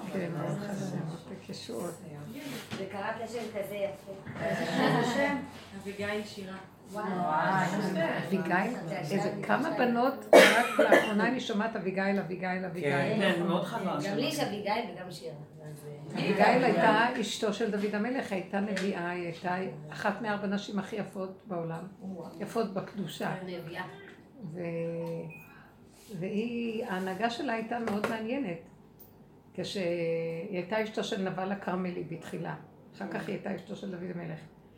כן, בקישורת. וקראת לשם כזה יפה. אביגיל שירה. אביגיל? כמה בנות, רק לאחרונה אני שומעת אביגיל. כן, מאוד חזק. גם לי יש אביגיל וגם שירה. אביגיל הייתה אשתו של דוד המלך, הייתה נביאה, היא הייתה אחת מארבע נשים הכי יפות בעולם, יפות בקדושה. נביאה. ההנהגה שלה הייתה מאוד מעניינת, כשהיא הייתה אשתו של נבל הכרמלי בתחילה, אחר כך היא הייתה אשתו של דוד המלך.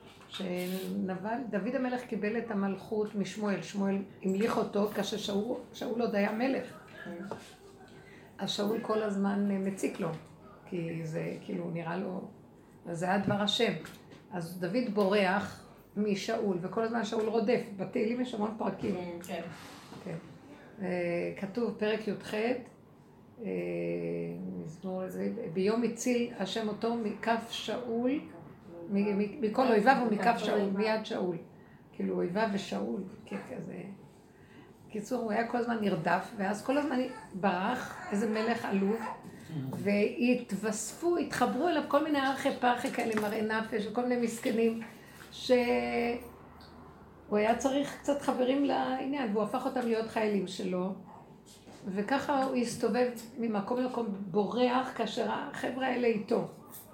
דוד המלך קיבל את המלכות משמואל, שמואל המליך אותו כאשר שאול עוד היה מלך. אז שאול כל הזמן מציק לו, כי זה כאילו נראה לו, זה היה דבר השם. אז דוד בורח משאול, וכל הזמן שאול רודף, בתהילים יש המון פרקים. כן. כן. כתוב פרק י"ח, ביום הציל השם אותו מכף שאול, מכל אויביו ומכף שאול, מיד שאול. כאילו אויביו ושאול, כזה. קיצור, הוא היה כל הזמן נרדף, ואז כל הזמן ברח איזה מלך עלוב, התחברו אליו כל מיני פרחי כאלה, מראי נפש וכל מיני מסכנים, שהוא היה צריך קצת חברים לעניין, והוא הפך אותם להיות חיילים שלו, וככה הוא הסתובב ממקום למקום בורח, כאשר החבר'ה האלה איתו.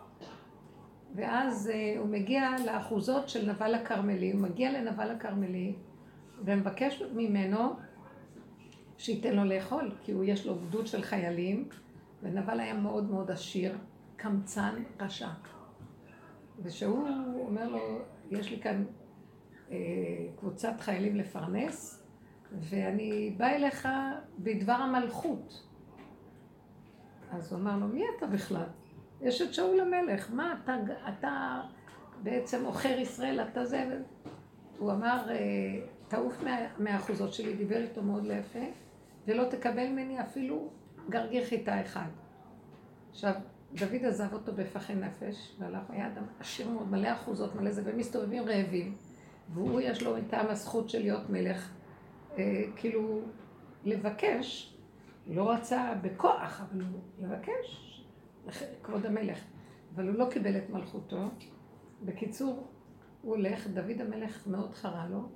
ואז הוא מגיע לאחוזות של נבל הכרמלי, הוא מגיע לנבל הכרמלי, ומבקש ממנו שייתן לו לאכול, כי יש לו גדוד של חיילים, ונבל היה מאוד מאוד עשיר, קמצן, רשע. ושהוא אומר לו, יש לי כאן קבוצת חיילים לפרנס, ואני בא אליך בדבר המלכות. אז הוא אמר לו, מי אתה בכלל? יש את שאול המלך, מה אתה בעצם אוכר ישראל, אתה זה? הוא אמר, תעוף מהאחוזות שלי, דיבר איתו מאוד יפה, ולא תקבל ממני אפילו גרגיר חיטה אחד. עכשיו, דוד עזב אותו בפחי נפש, והלך, היה אדם עשיר מאוד, מלא אחוזות, מלא זה, והם מסתובבים רעבים, והוא יש לו מטעם הזכות של להיות מלך, כאילו לבקש, לא רצה בכוח, אבל הוא לבקש, כבוד המלך, אבל הוא לא קיבל את מלכותו. בקיצור, הוא הולך, דוד המלך מאוד חרה לו,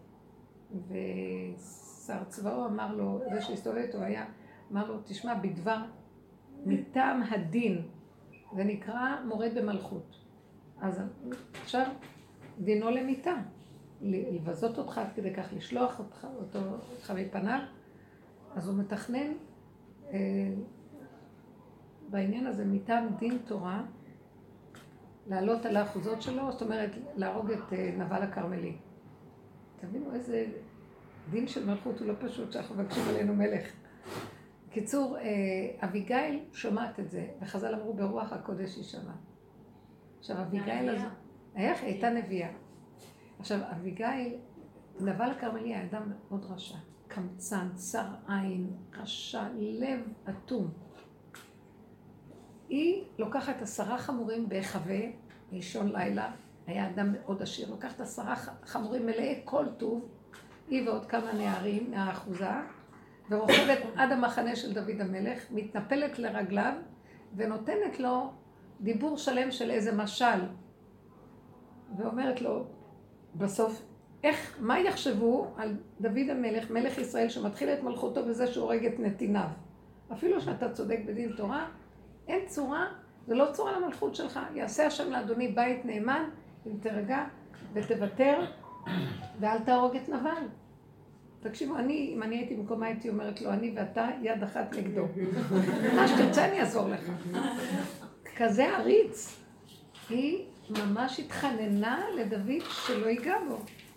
ושר צבאו אמר לו, זה שהסתובב איתו היה, אמר לו, תשמע, בדבר מטעם הדין, זה נקרא מורד במלכות. אז עכשיו, דינו למיתה, לבזות אותך עד כדי כך, לשלוח אותך מפניו, אז הוא מתכנן בעניין הזה מטעם דין תורה, לעלות על האחוזות שלו, זאת אומרת, להרוג את נבל הכרמלי. תבינו איזה דין של מלכות, הוא לא פשוט שאנחנו מבקשים עלינו מלך. קיצור, אביגיל שומעת את זה, וחז"ל אמרו ברוח הקודש היא שמעה. עכשיו, אביגיל הזו, הייתה נביאה. עכשיו, אביגיל, נבל הכרמלי היה אדם מאוד רשע, קמצן, צר עין, רשע, לב אטום. היא לוקחת 10 חמורים בהיחווה, באישון לילה, היה אדם מאוד עשיר, לוקחת 10 חמורים מלאי כל טוב, היא ועוד כמה נערים מהאחוזה, ורוכבת עד המחנה של דוד המלך, מתנפלת לרגליו, ונותנת לו דיבור שלם של איזה משל, ואומרת לו בסוף, מה יחשבו על דוד המלך, מלך ישראל, שמתחיל את מלכותו בזה שהוא הורג את נתיניו? אפילו שאתה צודק בדין תורה, אין צורה, זה לא צורה למלכות שלך. יעשה השם לאדוני בית נאמן, אם תרגע ותוותר, ואל תהרוג את נבל. תקשיבו, אם אני הייתי במקומה, הייתי אומרת לו, אני ואתה יד אחת נגדו. מה שתרצה אני אעזור לך. כזה עריץ. היא ממש התחננה לדוד שלא ייגע בו.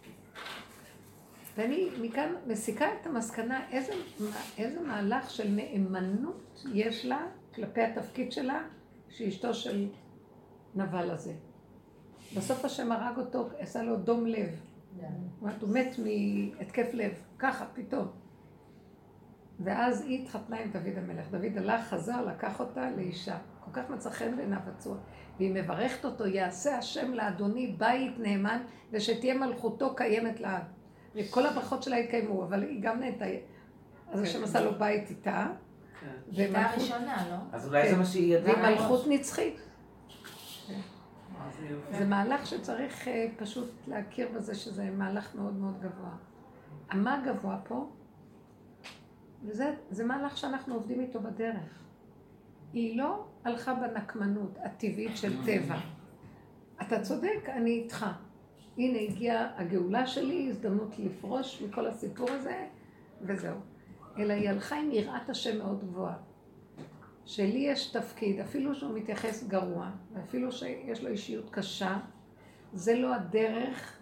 ואני מכאן מסיקה את המסקנה, איזה מהלך של נאמנות יש לה כלפי התפקיד שלה, שהיא אשתו של נבל הזה. בסוף השם הרג אותו, עשה לו דום לב. הוא מת מהתקף לב, ככה, פתאום. ואז היא התחתנה עם דוד המלך. דוד הלך, חזר, לקח אותה לאישה. כל כך מצא חן בעיניו הצורה. והיא מברכת אותו, יעשה השם לאדוני בית נאמן, ושתהיה מלכותו קיימת לעד. וכל הברכות שלה התקיימו, אבל היא גם נהייתה. אז השם עשה לו בית איתה, שיטה הראשונה, לא? אז אולי זה מה שהיא ידעה. והיא מלכות נצחית. זה מהלך שצריך פשוט להכיר בזה שזה מהלך מאוד מאוד גבוה. מה גבוה פה? זה מהלך שאנחנו עובדים איתו בדרך. היא לא הלכה בנקמנות הטבעית של טבע. אתה צודק, אני איתך. הנה הגיעה הגאולה שלי, הזדמנות לפרוש מכל הסיפור הזה, וזהו. אלא היא הלכה עם יראת השם מאוד גבוהה. שלי יש תפקיד, אפילו שהוא מתייחס גרוע, ואפילו שיש לו אישיות קשה, זה לא הדרך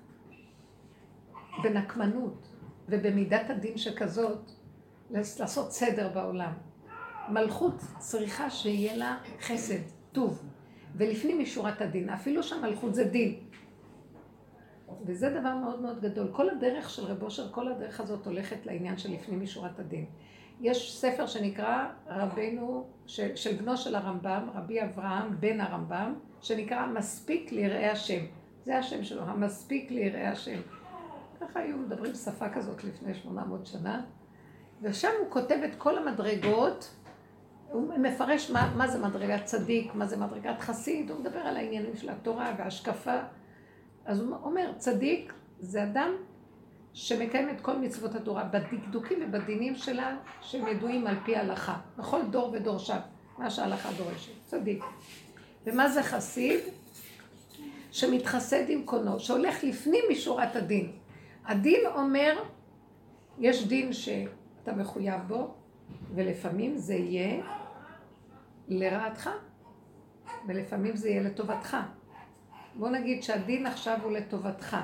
בנקמנות ובמידת הדין שכזאת, לעשות סדר בעולם. מלכות צריכה שיהיה לה חסד, טוב, ולפנים משורת הדין, אפילו שהמלכות זה דין. וזה דבר מאוד מאוד גדול. כל הדרך של רב אושר, כל הדרך הזאת הולכת לעניין של לפנים משורת הדין. יש ספר שנקרא רבנו, של בנו של הרמב"ם, רבי אברהם בן הרמב"ם, שנקרא מספיק ליראי השם. זה השם שלו, המספיק ליראי השם. ככה היו מדברים שפה כזאת לפני 800 שנה. ושם הוא כותב את כל המדרגות, הוא מפרש מה זה מדרגת צדיק, מה זה מדרגת חסיד, הוא מדבר על העניינים של התורה וההשקפה. אז הוא אומר, צדיק זה אדם שמקיים את כל מצוות התורה בדקדוקים ובדינים שלה שהם ידועים על פי ההלכה, בכל דור ודור שם, מה שההלכה דורשת, צדיק. ומה זה חסיד? שמתחסד עם קונו, שהולך לפנים משורת הדין. הדין אומר, יש דין שאתה מחויב בו, ולפעמים זה יהיה לרעתך, ולפעמים זה יהיה לטובתך. בוא נגיד שהדין עכשיו הוא לטובתך.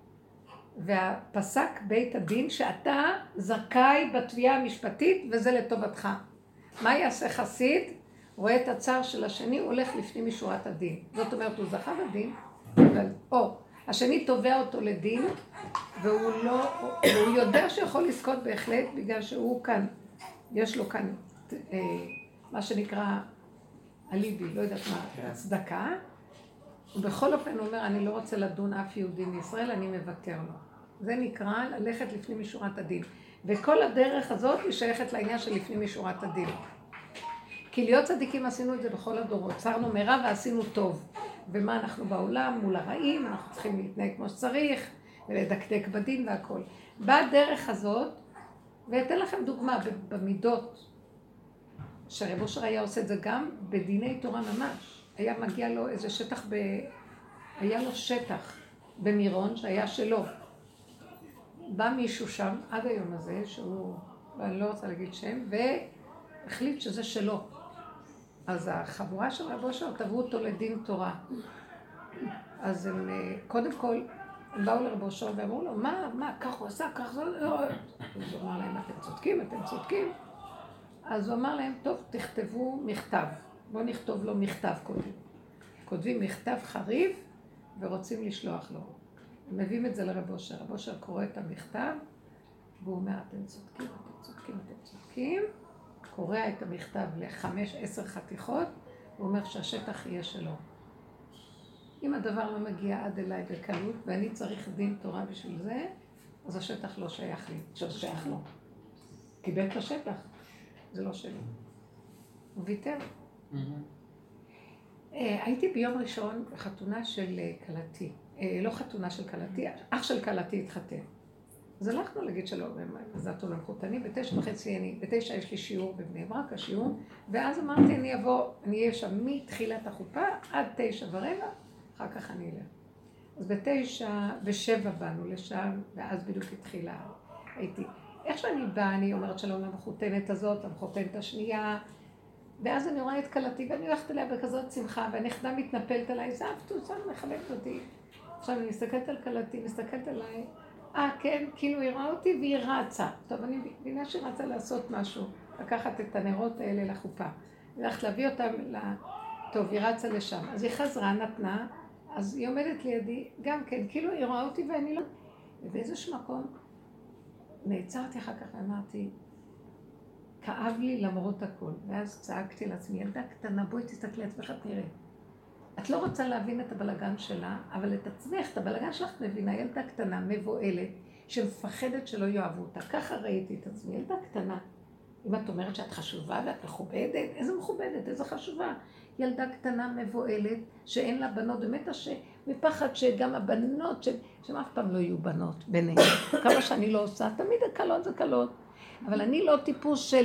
והפסק בית הדין שאתה זכאי בתביעה המשפטית וזה לטובתך. מה יעשה חסיד? רואה את הצער של השני, הוא הולך לפנים משורת הדין. זאת אומרת, הוא זכה בדין, או השני תובע אותו לדין, והוא יודע שיכול לזכות בהחלט בגלל שהוא כאן, יש לו כאן מה שנקרא אליבי, לא יודעת מה, הצדקה. ובכל אופן הוא אומר, אני לא רוצה לדון אף יהודי מישראל, אני מוותר לו. זה נקרא ללכת לפנים משורת הדין. וכל הדרך הזאת היא שייכת לעניין של לפנים משורת הדין. כי להיות צדיקים עשינו את זה בכל הדורות. צרנו מרע ועשינו טוב. ומה אנחנו בעולם מול הרעים, אנחנו צריכים להתנהג כמו שצריך, ולדקדק בדין והכל. בדרך הזאת, ואתן לכם דוגמה, במידות, שרב אושר היה עושה את זה גם בדיני תורה ממש. היה מגיע לו איזה שטח, היה לו שטח במירון שהיה שלו. בא מישהו שם, עד היום הזה, שהוא, אני לא רוצה להגיד שם, והחליט שזה שלו. אז החבורה של רב אושר תבעו אותו לדין תורה. אז הם, קודם כל, הם באו לרב אושר ואמרו לו, מה, כך הוא עשה, כך זה, לא. אז הוא אמר להם, אתם צודקים. אז הוא אמר להם, טוב, תכתבו מכתב. בואו נכתוב לו מכתב קודם. כותבים מכתב חריף ורוצים לשלוח לו. מביאים את זה לרב אושר. רב אושר קורא את המכתב והוא אומר, אתם צודקים. קורא את המכתב ל5-10 חתיכות, הוא אומר שהשטח יהיה שלו. אם הדבר לא מגיע עד אליי בקלות ואני צריך דין תורה בשביל זה, אז השטח לא שייך לי, שייך לו. קיבל את השטח, זה לא שלי. הוא ויתר. הייתי ביום ראשון בחתונה של קלתי, לא חתונה של קלתי, אח של קלתי התחתן. אז הלכנו להגיד שלום, מזלתו למחותני, ב9:30 ב9 יש לי שיעור בבני ברק, השיעור, ואז אמרתי אני אהיה שם מתחילת החופה עד 9:15, אחר כך אני אלך. אז ב9:07 באנו לשם, ואז בדיוק התחילה, איך שאני באה, אני אומרת שלום למחותנת הזאת, למחותנת השנייה, ואז אני רואה את קלתי, ואני הולכת אליה בכזאת שמחה, והנכדה מתנפלת עליי, זה אבטוסה, מחבקת אותי. עכשיו אני מסתכלת על קלתי, מסתכלת עליי, כן, כאילו היא ראה אותי והיא רצה. טוב, אני מבינה שהיא רצה לעשות משהו, לקחת את הנרות האלה לחופה, והלכת להביא אותם, טוב, היא רצה לשם. אז היא חזרה, נתנה, אז היא עומדת לידי, גם כן, כאילו היא רואה אותי ואני לא... ובאיזשהו מקום, נעצרתי אחר כך ואמרתי, כאב לי למרות הכל, ואז צעקתי לעצמי, ילדה קטנה, בואי תסתכלי עצמך, תראי. את לא רוצה להבין את הבלגן שלה, אבל את עצמך, את הבלגן שלך מבינה, ילדה קטנה, מבועלת, שמפחדת שלא יאהבו אותה. ככה ראיתי את עצמי, ילדה קטנה. אם את אומרת שאת חשובה ואת מכובדת, איזה מכובדת, איזה חשובה. ילדה קטנה מבועלת, שאין לה בנות, באמת מפחד שגם הבנות, שהם אף פעם לא יהיו בנות ביניהם. כמה שאני לא עושה, תמיד הקלות זה קלות. אבל אני לא טיפוס של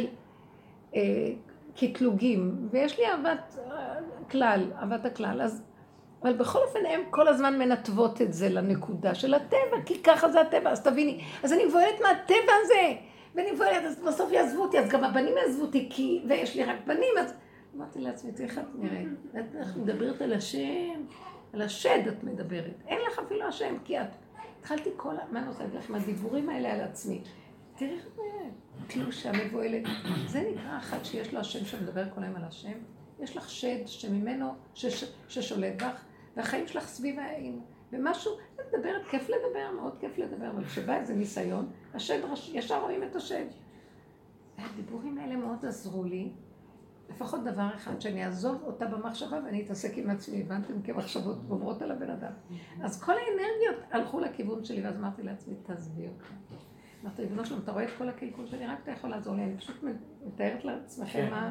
קטלוגים, ויש לי אהבת כלל, אהבת הכלל. אבל בכל אופן הם כל הזמן מנתבות את זה לנקודה של הטבע, כי ככה זה הטבע, אז תביני. אז אני מבועלת מהטבע הזה, ואני מבועלת, אז בסוף יעזבו אותי, אז גם הבנים יעזבו אותי, ויש לי רק בנים, אז... אמרתי לעצמי, איך את נראית? את מדברת על השם, על השד את מדברת. אין לך אפילו השם, כי את... התחלתי מה אני רוצה להגיד לך, מהדיבורים האלה על עצמי. תראי איך את נראית. תלושה מבועלת. זה נקרא אחד שיש לו השם שמדבר כל היום על השם. יש לך שד שממנו, ששולט בך, והחיים שלך סביב העין. ומשהו, את מדברת, כיף לדבר, מאוד כיף לדבר, אבל כשבא איזה ניסיון, השד ישר רואים את השד. והדיבורים האלה מאוד עזרו לי. לפחות דבר אחד, שאני אעזוב אותה במחשבה ואני אתעסק עם עצמי, הבנתם כמחשבות גומרות על הבן אדם. אז כל האנרגיות הלכו לכיוון שלי, ואז אמרתי לעצמי, תעזבי אותה. אמרתי, בנו שלום, אתה רואה את כל הקלקול שלי, רק אתה יכול לעזור לי, אני פשוט מתארת לעצמכם מה...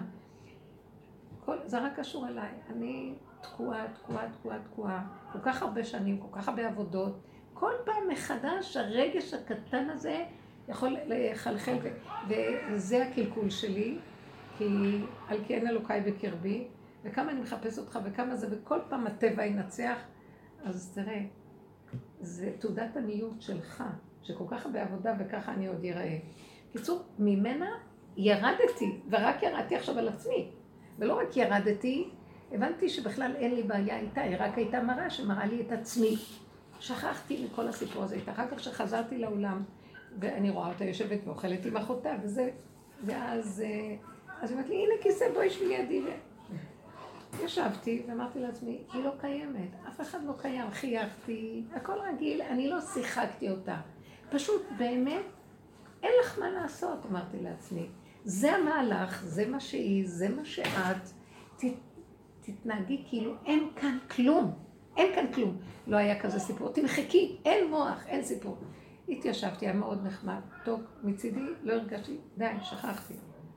זה רק קשור אליי, אני תקועה, כל כך הרבה שנים, כל כך הרבה עבודות, כל פעם מחדש הרגש הקטן הזה יכול לחלחל, וזה הקלקול שלי. כי על כי אין אלוקיי בקרבי, וכמה אני מחפש אותך וכמה זה, וכל פעם הטבע ינצח, אז תראה, זה תעודת עניות שלך, שכל כך הרבה עבודה וככה אני עוד ייראה. קיצור, ממנה ירדתי, ורק ירדתי עכשיו על עצמי, ולא רק ירדתי, הבנתי שבכלל אין לי בעיה איתה, היא רק הייתה מראה שמראה לי את עצמי. שכחתי מכל הסיפור הזה איתה, אחר כך שחזרתי לעולם, ואני רואה אותה יושבת ואוכלת עם אחותה, וזה, ואז... אז אמרתי לי, הנה כיסא, בואי שבי לידי. ישבתי ואמרתי לעצמי, היא לא קיימת, אף אחד לא קיים, חייכתי, הכל רגיל, אני לא שיחקתי אותה. פשוט באמת, אין לך מה לעשות, אמרתי לעצמי. זה המהלך, זה מה שהיא, זה מה שאת, תתנהגי כאילו אין כאן כלום, אין כאן כלום. לא היה כזה סיפור, תמחקי, אין מוח, אין סיפור. התיישבתי, היה מאוד נחמד, טוב, מצידי לא הרגשתי, די, שכחתי.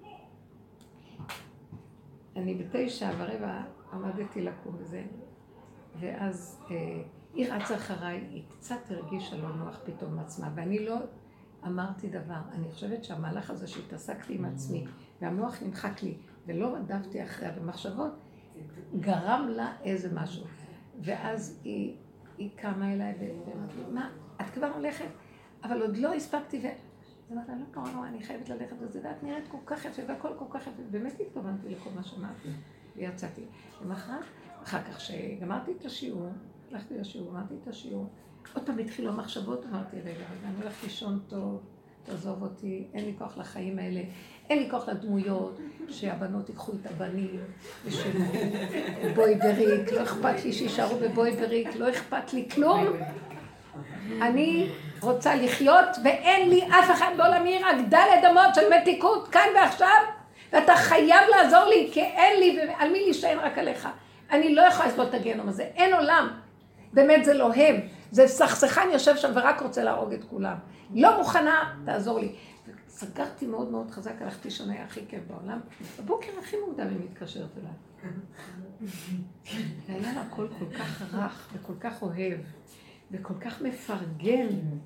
אני 9:15 עמדתי לקום וזה, ואז היא רצה אחריי, היא קצת הרגישה לא נוח פתאום עצמה, ואני לא אמרתי דבר. אני חושבת שהמהלך הזה שהתעסקתי עם עצמי, והמוח נמחק לי, ולא רדפתי אחריה במחשבות, גרם לה איזה משהו. ואז היא קמה אליי ואמרתי לי, מה, את כבר הולכת? אבל עוד לא הספקתי אמרתי, לא נורא, אני חייבת ללכת לזה, ואת נראית כל כך יפה, והכל כל כך יפה, באמת התכוונתי לכל מה שאמרתי, ויצאתי. למחרת, אחר כך שגמרתי את השיעור, הלכתי לשיעור, אמרתי את השיעור, עוד פעם התחילו המחשבות, אמרתי, רגע, אני הולכת לישון טוב, תעזוב אותי, אין לי כוח לחיים האלה, אין לי כוח לדמויות, שהבנות ייקחו את הבנים, ושלו בואי בריק, לא אכפת לי שישארו בבואי בריק, לא אכפת לי כלום. אני רוצה לחיות ואין לי אף אחד בעולמי, רק דלת אמות של מתיקות כאן ועכשיו, ואתה חייב לעזור לי כי אין לי על מי להישען, רק עליך. אני לא יכולה לסבול את הגיהנום הזה, אין עולם. באמת זה לא הם, זה סכסכן יושב שם ורק רוצה להרוג את כולם. לא מוכנה, תעזור לי. סגרתי מאוד מאוד חזק, הלכתי שנה הכי כיף בעולם. בבוקר הכי מוקדם היא מתקשרת אליי. היה לה הכל כל כך רך וכל כך אוהב. וכל כך מפרגן.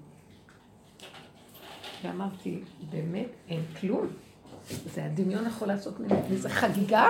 ואמרתי, באמת אין כלום. זה הדמיון יכול לעשות מזה חגיגה.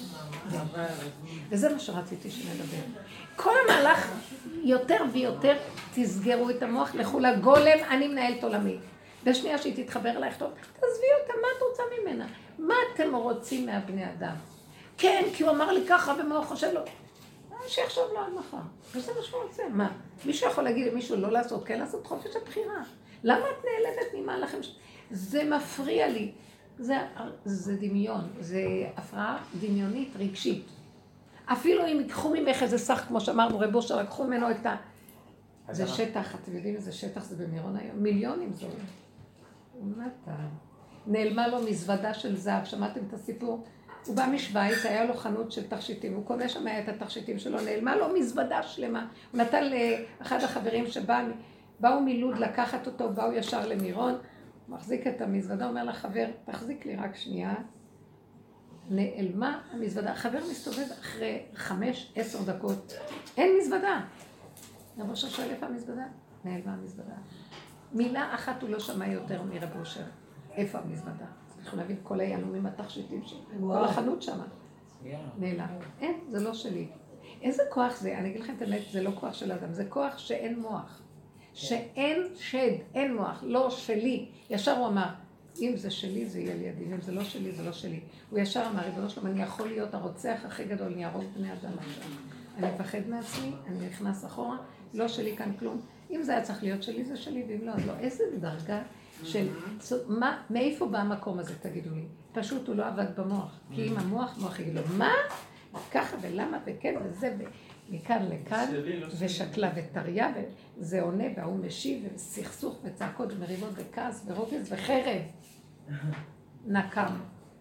וזה מה שרציתי שנדבר. כל המהלך יותר ויותר תסגרו את המוח, לכו לגולם, אני מנהלת עולמי. בשנייה שהיא תתחבר אלייך, טוב, תעזבי אותה, מה את רוצה ממנה? מה אתם רוצים מהבני אדם? כן, כי הוא אמר לי ככה ומה הוא חושב לו. שיחשוב לו עד מחר. וזה מה שהוא רוצה. מה? מישהו יכול להגיד למישהו לא לעשות, כן לעשות חופש הבחירה. למה את נעלבת ממהלכם? זה מפריע לי. זה דמיון, זה הפרעה דמיונית רגשית. אפילו אם ייקחו ממך איזה סך, כמו שאמרנו, רבו שלקחו ממנו את ה... זה שטח, אתם יודעים איזה שטח זה במירון היום? מיליונים זו. נתן. נעלמה לו מזוודה של זהב, שמעתם את הסיפור? הוא בא משוויץ, היה לו חנות של תכשיטים, הוא קונה שם את התכשיטים שלו, נעלמה לו מזוודה שלמה. הוא נתן לאחד החברים שבאו מלוד לקחת אותו, באו ישר למירון, מחזיק את המזוודה, אומר לחבר, תחזיק לי רק שנייה. נעלמה המזוודה. החבר מסתובב אחרי 5-10 דקות. אין מזוודה. רב אושר שואל איפה המזוודה? נעלמה המזוודה. מילה אחת הוא לא שמע יותר מרב אושר. איפה המזוודה? אנחנו להבין כל היהלומים התכשיטים שם. כל החנות שמה. נעלם. אין, זה לא שלי. איזה כוח זה? אני אגיד לכם את האמת, זה לא כוח של אדם, זה כוח שאין מוח. שאין שד, אין מוח, לא שלי. ישר הוא אמר, אם זה שלי זה יהיה לידי, אם זה לא שלי זה לא שלי. הוא ישר אמר, ריבונו שלום, אני יכול להיות הרוצח הכי גדול, אני אהרוג בני אדם עכשיו. אני מפחד מעצמי, אני נכנס אחורה, לא שלי כאן כלום. אם זה היה צריך להיות שלי זה שלי, ואם לא, אז לא. איזה דרגה של... מאיפה בא המקום הזה, תגידו לי? פשוט הוא לא עבד במוח. כי אם המוח יגיד לו, מה? ככה ולמה וכן וזה מכאן לכאן, ושקלה וטריה, וזה עונה והוא משיב, וסכסוך וצעקות ומריבות וכעס ורוגז וחרב. נקם.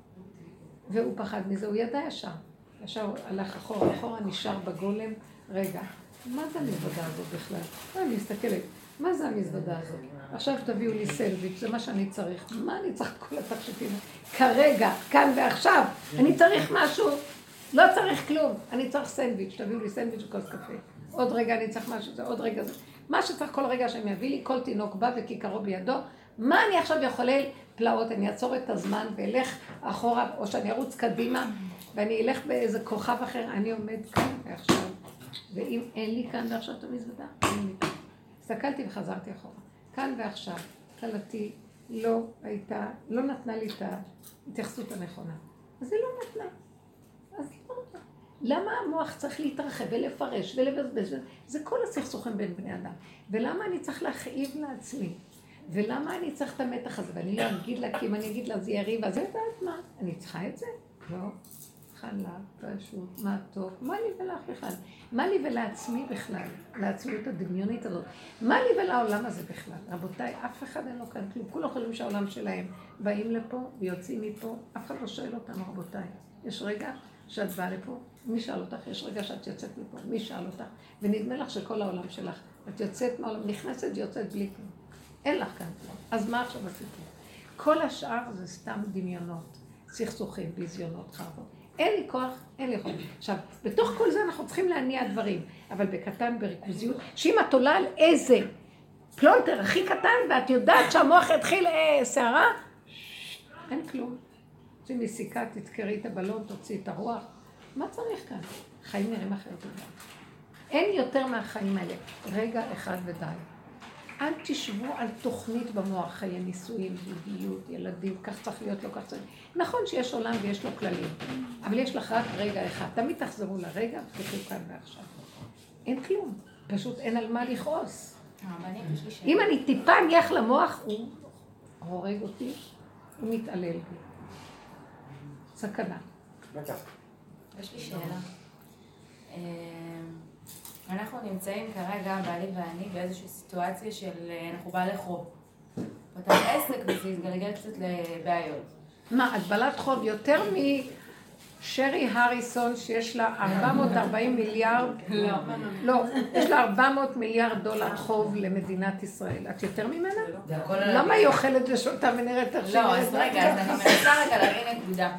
והוא פחד מזה, הוא ידע ישר. ישר הלך אחורה, נשאר בגולם. רגע, מה זה המזוודה הזאת בכלל? אני מסתכלת, מה זה המזוודה הזאת? עכשיו תביאו לי סנדוויץ', זה מה שאני צריך. מה אני צריך את כל התכשיטים? כרגע, כאן ועכשיו, אני צריך משהו. לא צריך כלום, אני צריך סנדוויץ', תביאו לי סנדוויץ' וכוס קפה. עוד רגע אני צריך משהו, זה עוד רגע זה. מה שצריך כל רגע שהם יביא לי, כל תינוק בא וכיכרו בידו. מה אני עכשיו יכולל פלאות? אני אעצור את הזמן ואלך אחורה, או שאני ארוץ קדימה, ואני אלך באיזה כוכב אחר, אני עומד כאן ועכשיו. ואם אין לי כאן ועכשיו את המזוודה, אין לי כאן. הסתכלתי וחזרתי אחורה. כאן ועכשיו, כלתי לא נתנה לי את ההתייחסות הנכונה. אז היא לא נתנה. אז למה המוח צריך להתרחב ולפרש ולבזבז? זה כל הסכסוכים בין בני אדם. ולמה אני צריך להכאיב לעצמי? ולמה אני צריך את המתח הזה? ואני לא אגיד לה, כי אם אני אגיד לה זה יריב, אז יודעת מה? אני צריכה את זה? לא. חלק, פשוט, מה טוב, מה לי ולך בכלל? מה לי ולעצמי בכלל? לעצמיות הדמיונית הזאת. מה לי ולעולם הזה בכלל? רבותיי, אף אחד אין לו כאן כלום. כולם חושבים שהעולם שלהם באים לפה ויוצאים מפה. אף אחד לא שואל אותנו, רבותיי. יש רגע שאת באה לפה, מי שאל אותך? יש רגע שאת יוצאת מפה, מי שאל אותך? ונדמה לך שכל העולם שלך, את יוצאת מהעולם, נכנסת ויוצאת בלי כלום. אין לך כאן כלום. אז מה עכשיו הסיפור? כל השאר זה סתם דמיונות, סכסוכים, ביזיונות, חרבות. אין לי כוח, אין לי יכולת. עכשיו, בתוך כל זה אנחנו צריכים להניע דברים, אבל בקטן, בריכוזיות, שאם את עולה על איזה פלונטר הכי קטן, ואת יודעת שהמוח יתחיל שערה, אין כלום. תוציא מסיקה, תתקרי את הבלון, תוציא את הרוח. מה צריך כאן? חיים נראים אחרת לגמרי. אין יותר מהחיים האלה. רגע אחד ודי. אל תשבו על תוכנית במוח, חיי נישואים, זוגיות, ילדים, כך צריך להיות, לא כך צריך. נכון שיש עולם ויש לו כללים, אבל יש לך רק רגע אחד. תמיד תחזרו לרגע ותחזרו כאן ועכשיו. אין כלום, פשוט אין על מה לכעוס. אם אני טיפה אניח למוח, הוא הורג אותי, הוא מתעלל בי. סכנה. יש לי שאלה. אנחנו נמצאים כרגע, בעלי ואני, באיזושהי סיטואציה של אנחנו בעלי חוב. פתח עסק וזה התגלגל קצת לבעיות. מה, הגבלת חוב יותר משרי הריסון שיש לה 440 מיליארד? לא. לא, יש לה 400 מיליארד דולר חוב למדינת ישראל. את יותר ממנה? למה היא אוכלת ושותה ונראית איך שהיא? לא, אז רגע, אז אני מנסה רגע להבין נקודה.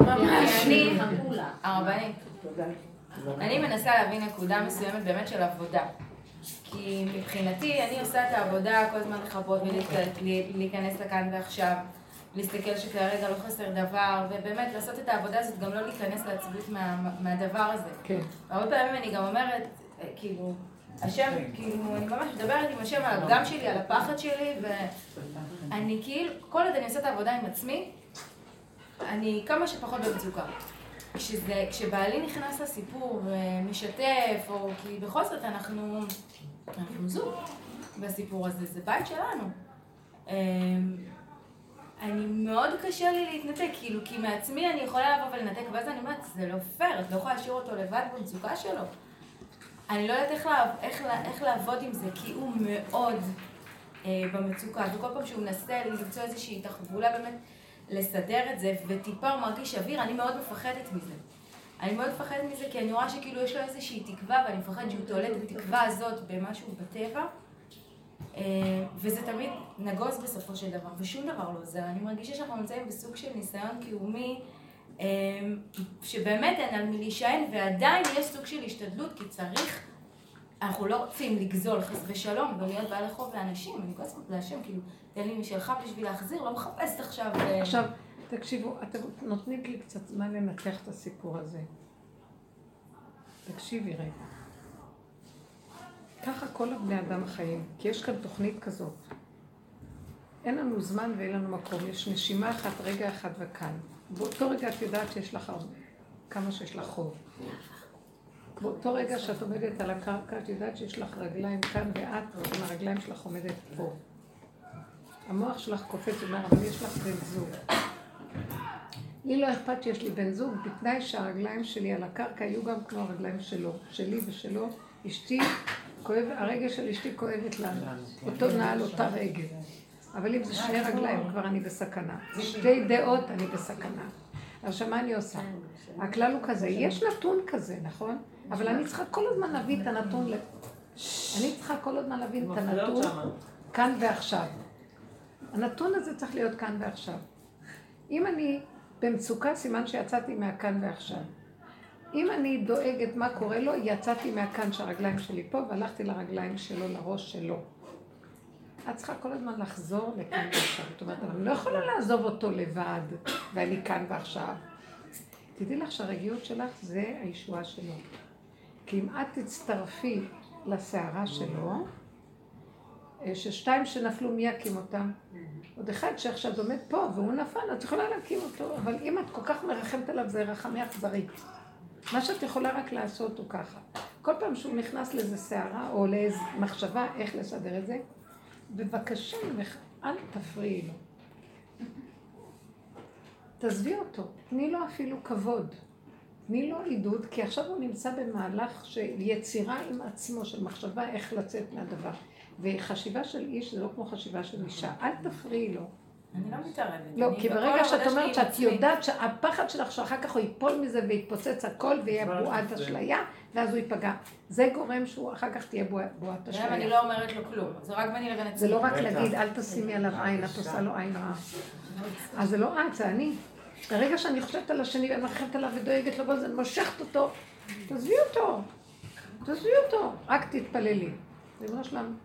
אני מנסה להבין נקודה מסוימת באמת של עבודה. כי מבחינתי אני עושה את העבודה כל הזמן לחפות ולהיכנס לכאן ועכשיו, להסתכל שכרגע לא חסר דבר, ובאמת לעשות את העבודה הזאת גם לא להיכנס לעצבות מהדבר הזה. כן. הרבה פעמים אני גם אומרת, כאילו, השם, כאילו, אני ממש מדברת עם השם על הפגם שלי, על הפחד שלי, ואני כאילו, כל עוד אני עושה את העבודה עם עצמי, אני כמה שפחות במצוקה. כשבעלי נכנס לסיפור ומשתף, או כי בכל זאת אנחנו זוג בסיפור הזה, זה בית שלנו. אני מאוד קשה לי להתנתק, כאילו, כי מעצמי אני יכולה לבוא ולנתק, ואז אני אומרת, זה לא פייר, את לא יכולה להשאיר אותו לבד במצוקה שלו. אני לא יודעת איך לעבוד עם זה, כי הוא מאוד במצוקה, וכל פעם שהוא מנסה למצוא איזושהי תחבולה באמת, לסדר את זה, וטיפה הוא מרגיש אוויר, אני מאוד מפחדת מזה. אני מאוד מפחדת מזה, כי אני רואה שכאילו יש לו איזושהי תקווה, ואני מפחדת שהוא תולד בתקווה הזאת במשהו בטבע, וזה תמיד נגוז בסופו של דבר, ושום דבר לא עוזר. אני מרגישה שאנחנו נמצאים בסוג של ניסיון קיומי, שבאמת אין על מי להישען, ועדיין יש סוג של השתדלות, כי צריך, אנחנו לא רוצים לגזול חס ושלום, ולהיות בעל החוב לאנשים, אני כל הזמן להשם, כאילו, תן לי משלך בשביל להחזיר, לא מחפשת עכשיו... עכשיו, תקשיבו, אתם נותנים לי קצת זמן לנתח את הסיפור הזה. תקשיבי רגע. ככה כל הבני אדם חיים, כי יש כאן תוכנית כזאת. אין לנו זמן ואין לנו מקום, יש נשימה אחת, רגע אחד וכאן. באותו רגע את יודעת שיש לך כמה שיש לך חוב. באותו רגע שאת עומדת על הקרקע, את יודעת שיש לך רגליים כאן ואת, עם הרגליים שלך עומדת פה. המוח שלך קופץ ואומר, אבל יש לך בן זוג. לי לא אכפת שיש לי בן זוג, בתנאי שהרגליים שלי על הקרקע יהיו גם כמו הרגליים שלו, שלי ושלו. אשתי, הרגל של אשתי כואבת לנו, אותו נעל, אותה רגל. אבל אם זה שני רגליים, כבר אני בסכנה. שתי דעות, אני בסכנה. אז שמה אני עושה? הכלל הוא כזה, יש נתון כזה, נכון? אבל אני צריכה כל הזמן להביא את הנתון, אני צריכה כל הזמן להביא את הנתון כאן ועכשיו. הנתון הזה צריך להיות כאן ועכשיו. אם אני במצוקה, סימן שיצאתי מהכאן ועכשיו. אם אני דואגת מה קורה לו, יצאתי מהכאן שהרגליים שלי פה, והלכתי לרגליים שלו, לראש שלו. את צריכה כל הזמן לחזור לכאן ועכשיו. זאת אומרת, אני לא יכולה לעזוב אותו לבד, ואני כאן ועכשיו. תדעי לך שהרגיעות שלך זה הישועה שלו. כי אם את תצטרפי לסערה שלו, ששתיים שנפלו, מי יקים אותם? עוד אחד שעכשיו עומד פה, והוא נפל, את יכולה להקים אותו, אבל אם את כל כך מרחמת עליו, זה רחמי אכזרית. מה שאת יכולה רק לעשות הוא ככה. כל פעם שהוא נכנס לאיזו סערה, או לאיזו מחשבה איך לסדר את זה, בבקשה, אל תפריעי לו. תעזבי אותו, תני לו אפילו כבוד. תני לו עידוד, כי עכשיו הוא נמצא במהלך של יצירה עם עצמו, של מחשבה איך לצאת מהדבר. וחשיבה של איש זה לא כמו חשיבה של אישה. אל תפריעי לו. אני לא מתערבת. לא, כי ברגע שאת אומרת שאת יודעת שהפחד שלך שאחר כך הוא ייפול מזה ויתפוצץ הכל ויהיה בועת אשליה, ואז הוא ייפגע. זה גורם שהוא אחר כך תהיה בועת אשליה. אני לא אומרת לו כלום. זה רק ביני לבין עצמי. זה לא רק להגיד, אל תשימי עליו עין, את עושה לו עין רעה. אז זה לא את, זה אני. ברגע שאני חושבת על השני ואני מרחמת עליו ודואגת לו, אז אני מושכת אותו. תעזבי אותו. תעזבי אותו. רק תתפללי. ריבונו שלם.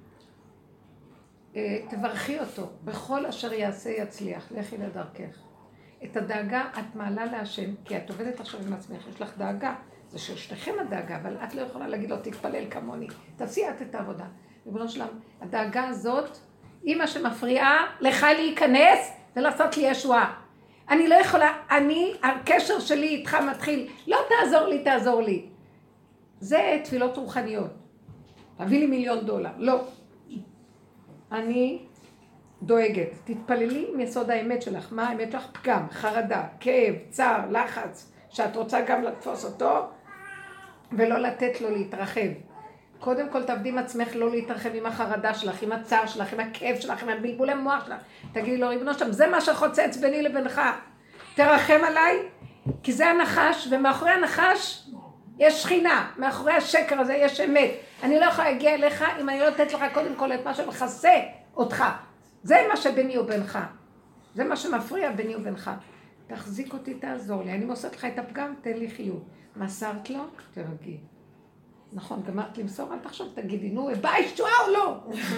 תברכי אותו, בכל אשר יעשה יצליח, לכי לדרכך. את הדאגה את מעלה להשם, כי את עובדת עכשיו עם עצמך, יש לך דאגה, זה של שתיכם הדאגה, אבל את לא יכולה להגיד לו, תתפלל כמוני, תעשי את העבודה. ריבונו שלם, הדאגה הזאת, היא מה שמפריעה לך להיכנס ולעשות לי ישועה. אני לא יכולה, הקשר שלי איתך מתחיל, לא תעזור לי, תעזור לי. זה תפילות רוחניות. תביא לי $1,000,000, לא. אני דואגת, תתפללי מיסוד האמת שלך, מה האמת שלך? פגם, חרדה, כאב, צער, לחץ, שאת רוצה גם לתפוס אותו ולא לתת לו להתרחב. קודם כל תעבדי עם עצמך לא להתרחב עם החרדה שלך, עם הצער שלך, עם הכאב שלך, עם הבלבולי מוח שלך. תגידי לו, ריבונו שלם, זה מה שחוצץ ביני לבינך, תרחם עליי, כי זה הנחש, ומאחורי הנחש יש שכינה, מאחורי השקר הזה יש אמת. אני לא יכולה להגיע אליך אם אני לא אתת לך קודם כל את מה שמכסה אותך. זה מה שביני ובינך. זה מה שמפריע ביני ובינך. תחזיק אותי, תעזור לי. אני מוסרת לך את הפגם, תן לי חיוב. מסרת לו? תרגי. נכון, גמרת למסור, אל תחשוב, תגידי, נו, בא ישועה או לא?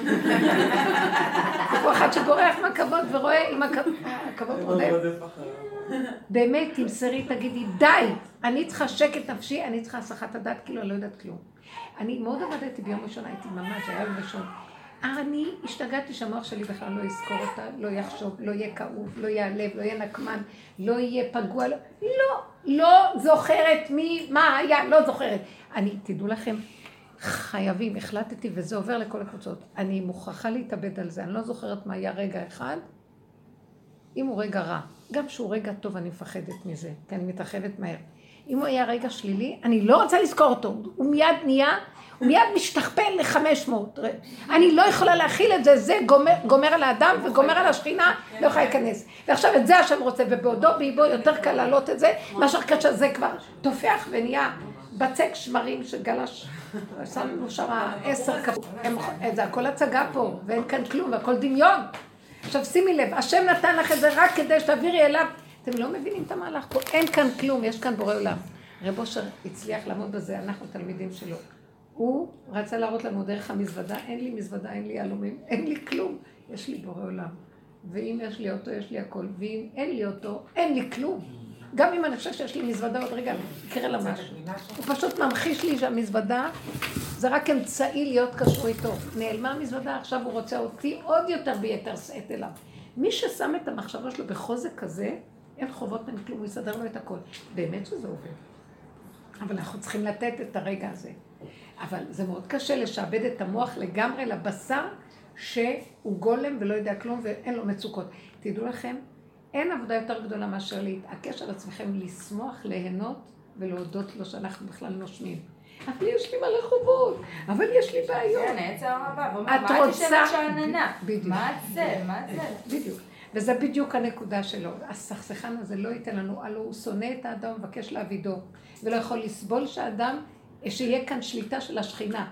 זה פה אחד שבורח מהכבוד ורואה אם הכבוד רודף. באמת, תמסרי, תגידי, די, אני צריכה שקט נפשי, אני צריכה הסחת הדעת, כאילו, אני לא יודעת כלום. אני מאוד עבדתי ביום ראשון, הייתי ממש, היה יום ראשון. אני השתגעתי שהמוח שלי בכלל לא יזכור אותה, לא יחשוב, לא יהיה כאוב, לא יעלב, לא יהיה נקמן, לא יהיה פגוע, לא זוכרת מה היה, לא זוכרת. תדעו לכם, חייבים, החלטתי, וזה עובר לכל הקבוצות. אני מוכרחה להתאבד על זה, אני לא זוכרת מה היה רגע אחד, אם הוא רגע רע. גם שהוא רגע טוב, אני מפחדת מזה, כי אני מתרחבת מהר. אם הוא היה רגע שלילי, אני לא רוצה לזכור אותו. הוא מיד משתכפל ל-500. אני לא יכולה להכיל את זה, זה גומר על האדם וגומר על השכינה, לא יכולה להיכנס. ועכשיו את זה השם רוצה, ובעודו באיבו יותר קל לעלות את זה, מאשר כאשר זה כבר תופח ונהיה בצק שמרים שגלש, שמנו שם 10 כפות, זה הכל הצגה פה, ואין כאן כלום, והכל דמיון. עכשיו שימי לב, השם נתן לך את זה רק כדי שתעבירי אליו, אתם לא מבינים את המהלך פה, אין כאן כלום, יש כאן בורא עולם. רב אושר הצליח לעמוד בזה, אנחנו תלמידים שלו. הוא רצה להראות לנו דרך המזוודה, אין לי מזוודה, אין לי יהלומים, אין לי כלום, יש לי בורא עולם. ואם יש לי אותו, יש לי הכל, ואם אין לי אותו, אין לי כלום. גם אם אני חושב שיש לי מזוודה, עוד רגע יקרה לה משהו. הוא פשוט ממחיש לי שהמזוודה זה רק אמצעי להיות קשור איתו. נעלמה המזוודה, עכשיו הוא רוצה אותי עוד יותר ביתר שאת אליו. מי ששם את המחשבה שלו בחוזק כזה, אין חובות, אין כלום, הוא יסדר לו את הכל. באמת שזה עובד. אבל אנחנו צריכים לתת את הרגע הזה. אבל זה מאוד קשה לשעבד את המוח לגמרי לבשר שהוא גולם ולא יודע כלום ואין לו מצוקות. תדעו לכם, אין עבודה יותר גדולה מאשר להתעקש על עצמכם, לשמוח, ליהנות ולהודות לו שאנחנו בכלל נושמים. אבל יש לי מלא חובות, אבל יש לי בעיות. כן, עצר הבא, ואומר, מה את יושבת שעננה? מה זה? בדיוק. וזה בדיוק הנקודה שלו. הסכסכן הזה לא ייתן לנו, הלוא הוא שונא את האדם ומבקש להבידו, ולא יכול לסבול שיהיה כאן שליטה של השכינה.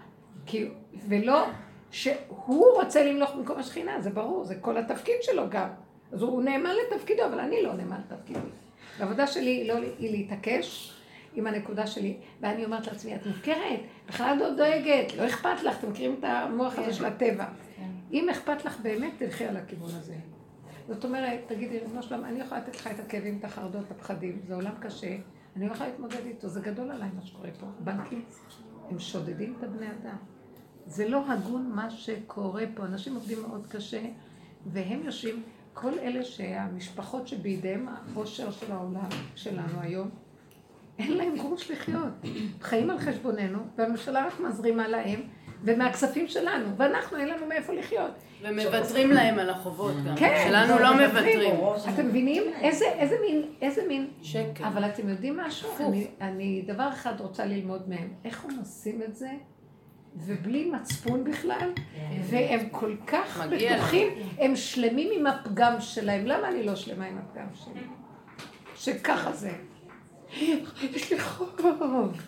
ולא שהוא רוצה למלוך במקום השכינה, זה ברור, זה כל התפקיד שלו גם. אז הוא נאמן לתפקידו, אבל אני לא נאמן לתפקידו. העבודה שלי היא להתעקש עם הנקודה שלי, ואני אומרת לעצמי, את מוכרת, בכלל לא דואגת, לא אכפת לך, אתם מכירים את המוח הזה של הטבע. אם אכפת לך באמת, תלכי על הכיוון הזה. זאת אומרת, תגידי, ריבונו של עולם, אני יכולה לתת לך את הכאבים, את החרדות, את הפחדים, זה עולם קשה, אני לא יכולה להתמודד איתו, זה גדול עליי מה שקורה פה. בנקים, הם שודדים את הבני אדם. זה לא הגון מה שקורה פה, אנשים עובדים מאוד קשה, והם יושבים, כל אלה שהמשפחות שבידיהם, העושר של העולם שלנו היום, אין להם גרוש לחיות. חיים על חשבוננו, והממשלה רק מזרימה להם, ומהכספים שלנו, ואנחנו אין לנו מאיפה לחיות. ומוותרים להם על החובות גם. כן. שלנו לא מבטרים. אתם מבינים? איזה מין... שקר. אבל אתם יודעים משהו? אני דבר אחד רוצה ללמוד מהם. איך הם עושים את זה? ובלי מצפון בכלל, והם כל כך בטוחים, הם שלמים עם הפגם שלהם. למה אני לא שלמה עם הפגם שלי? שככה זה. יש לי חוב.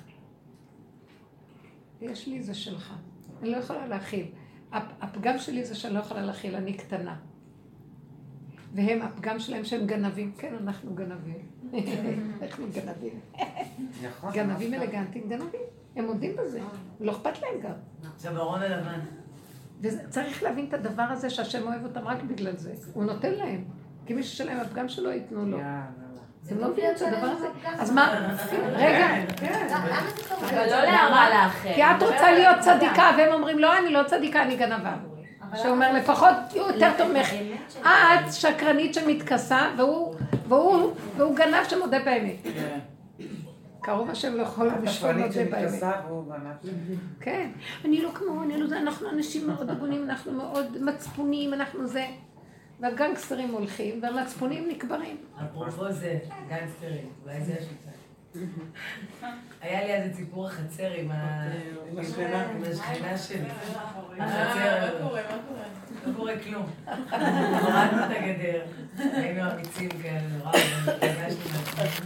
יש לי זה שלך. אני לא יכולה להכיל. הפגם שלי זה שאני לא יכולה להכיל, אני קטנה. והם, הפגם שלהם שהם גנבים. כן, אנחנו גנבים. אנחנו גנבים. גנבים אלגנטיים, גנבים. הם עומדים בזה. לא אכפת להם גם. זה ברון הלבן. וצריך להבין את הדבר הזה שהשם אוהב אותם רק בגלל זה. הוא נותן להם. כי מי ששלם הפגם שלו ייתנו לו. אתם לא מבינים את הדבר הזה? אז מה? רגע. אבל לא להרע לאחר. כי את רוצה להיות צדיקה, והם אומרים, לא, אני לא צדיקה, אני גנבה. שאומר, לפחות יותר טוב ממך. את שקרנית שמתכסה, והוא גנב שמודה באמת. קרוב השם לא יכול לשפול מודה באמת. כן. אני לא כמו, אנחנו אנשים מאוד הגונים, אנחנו מאוד מצפונים, אנחנו זה. והגנגסטרים הולכים, והמצפונים נקברים. אפרופו זה, גנגסטרים, אולי זה השיטה. היה לי איזה סיפור החצר עם השכנה שלי. החצר, לא קורה כלום. הורדנו את הגדר, היינו אמיצים כאלה, נורא, פגשנו מעצמנו.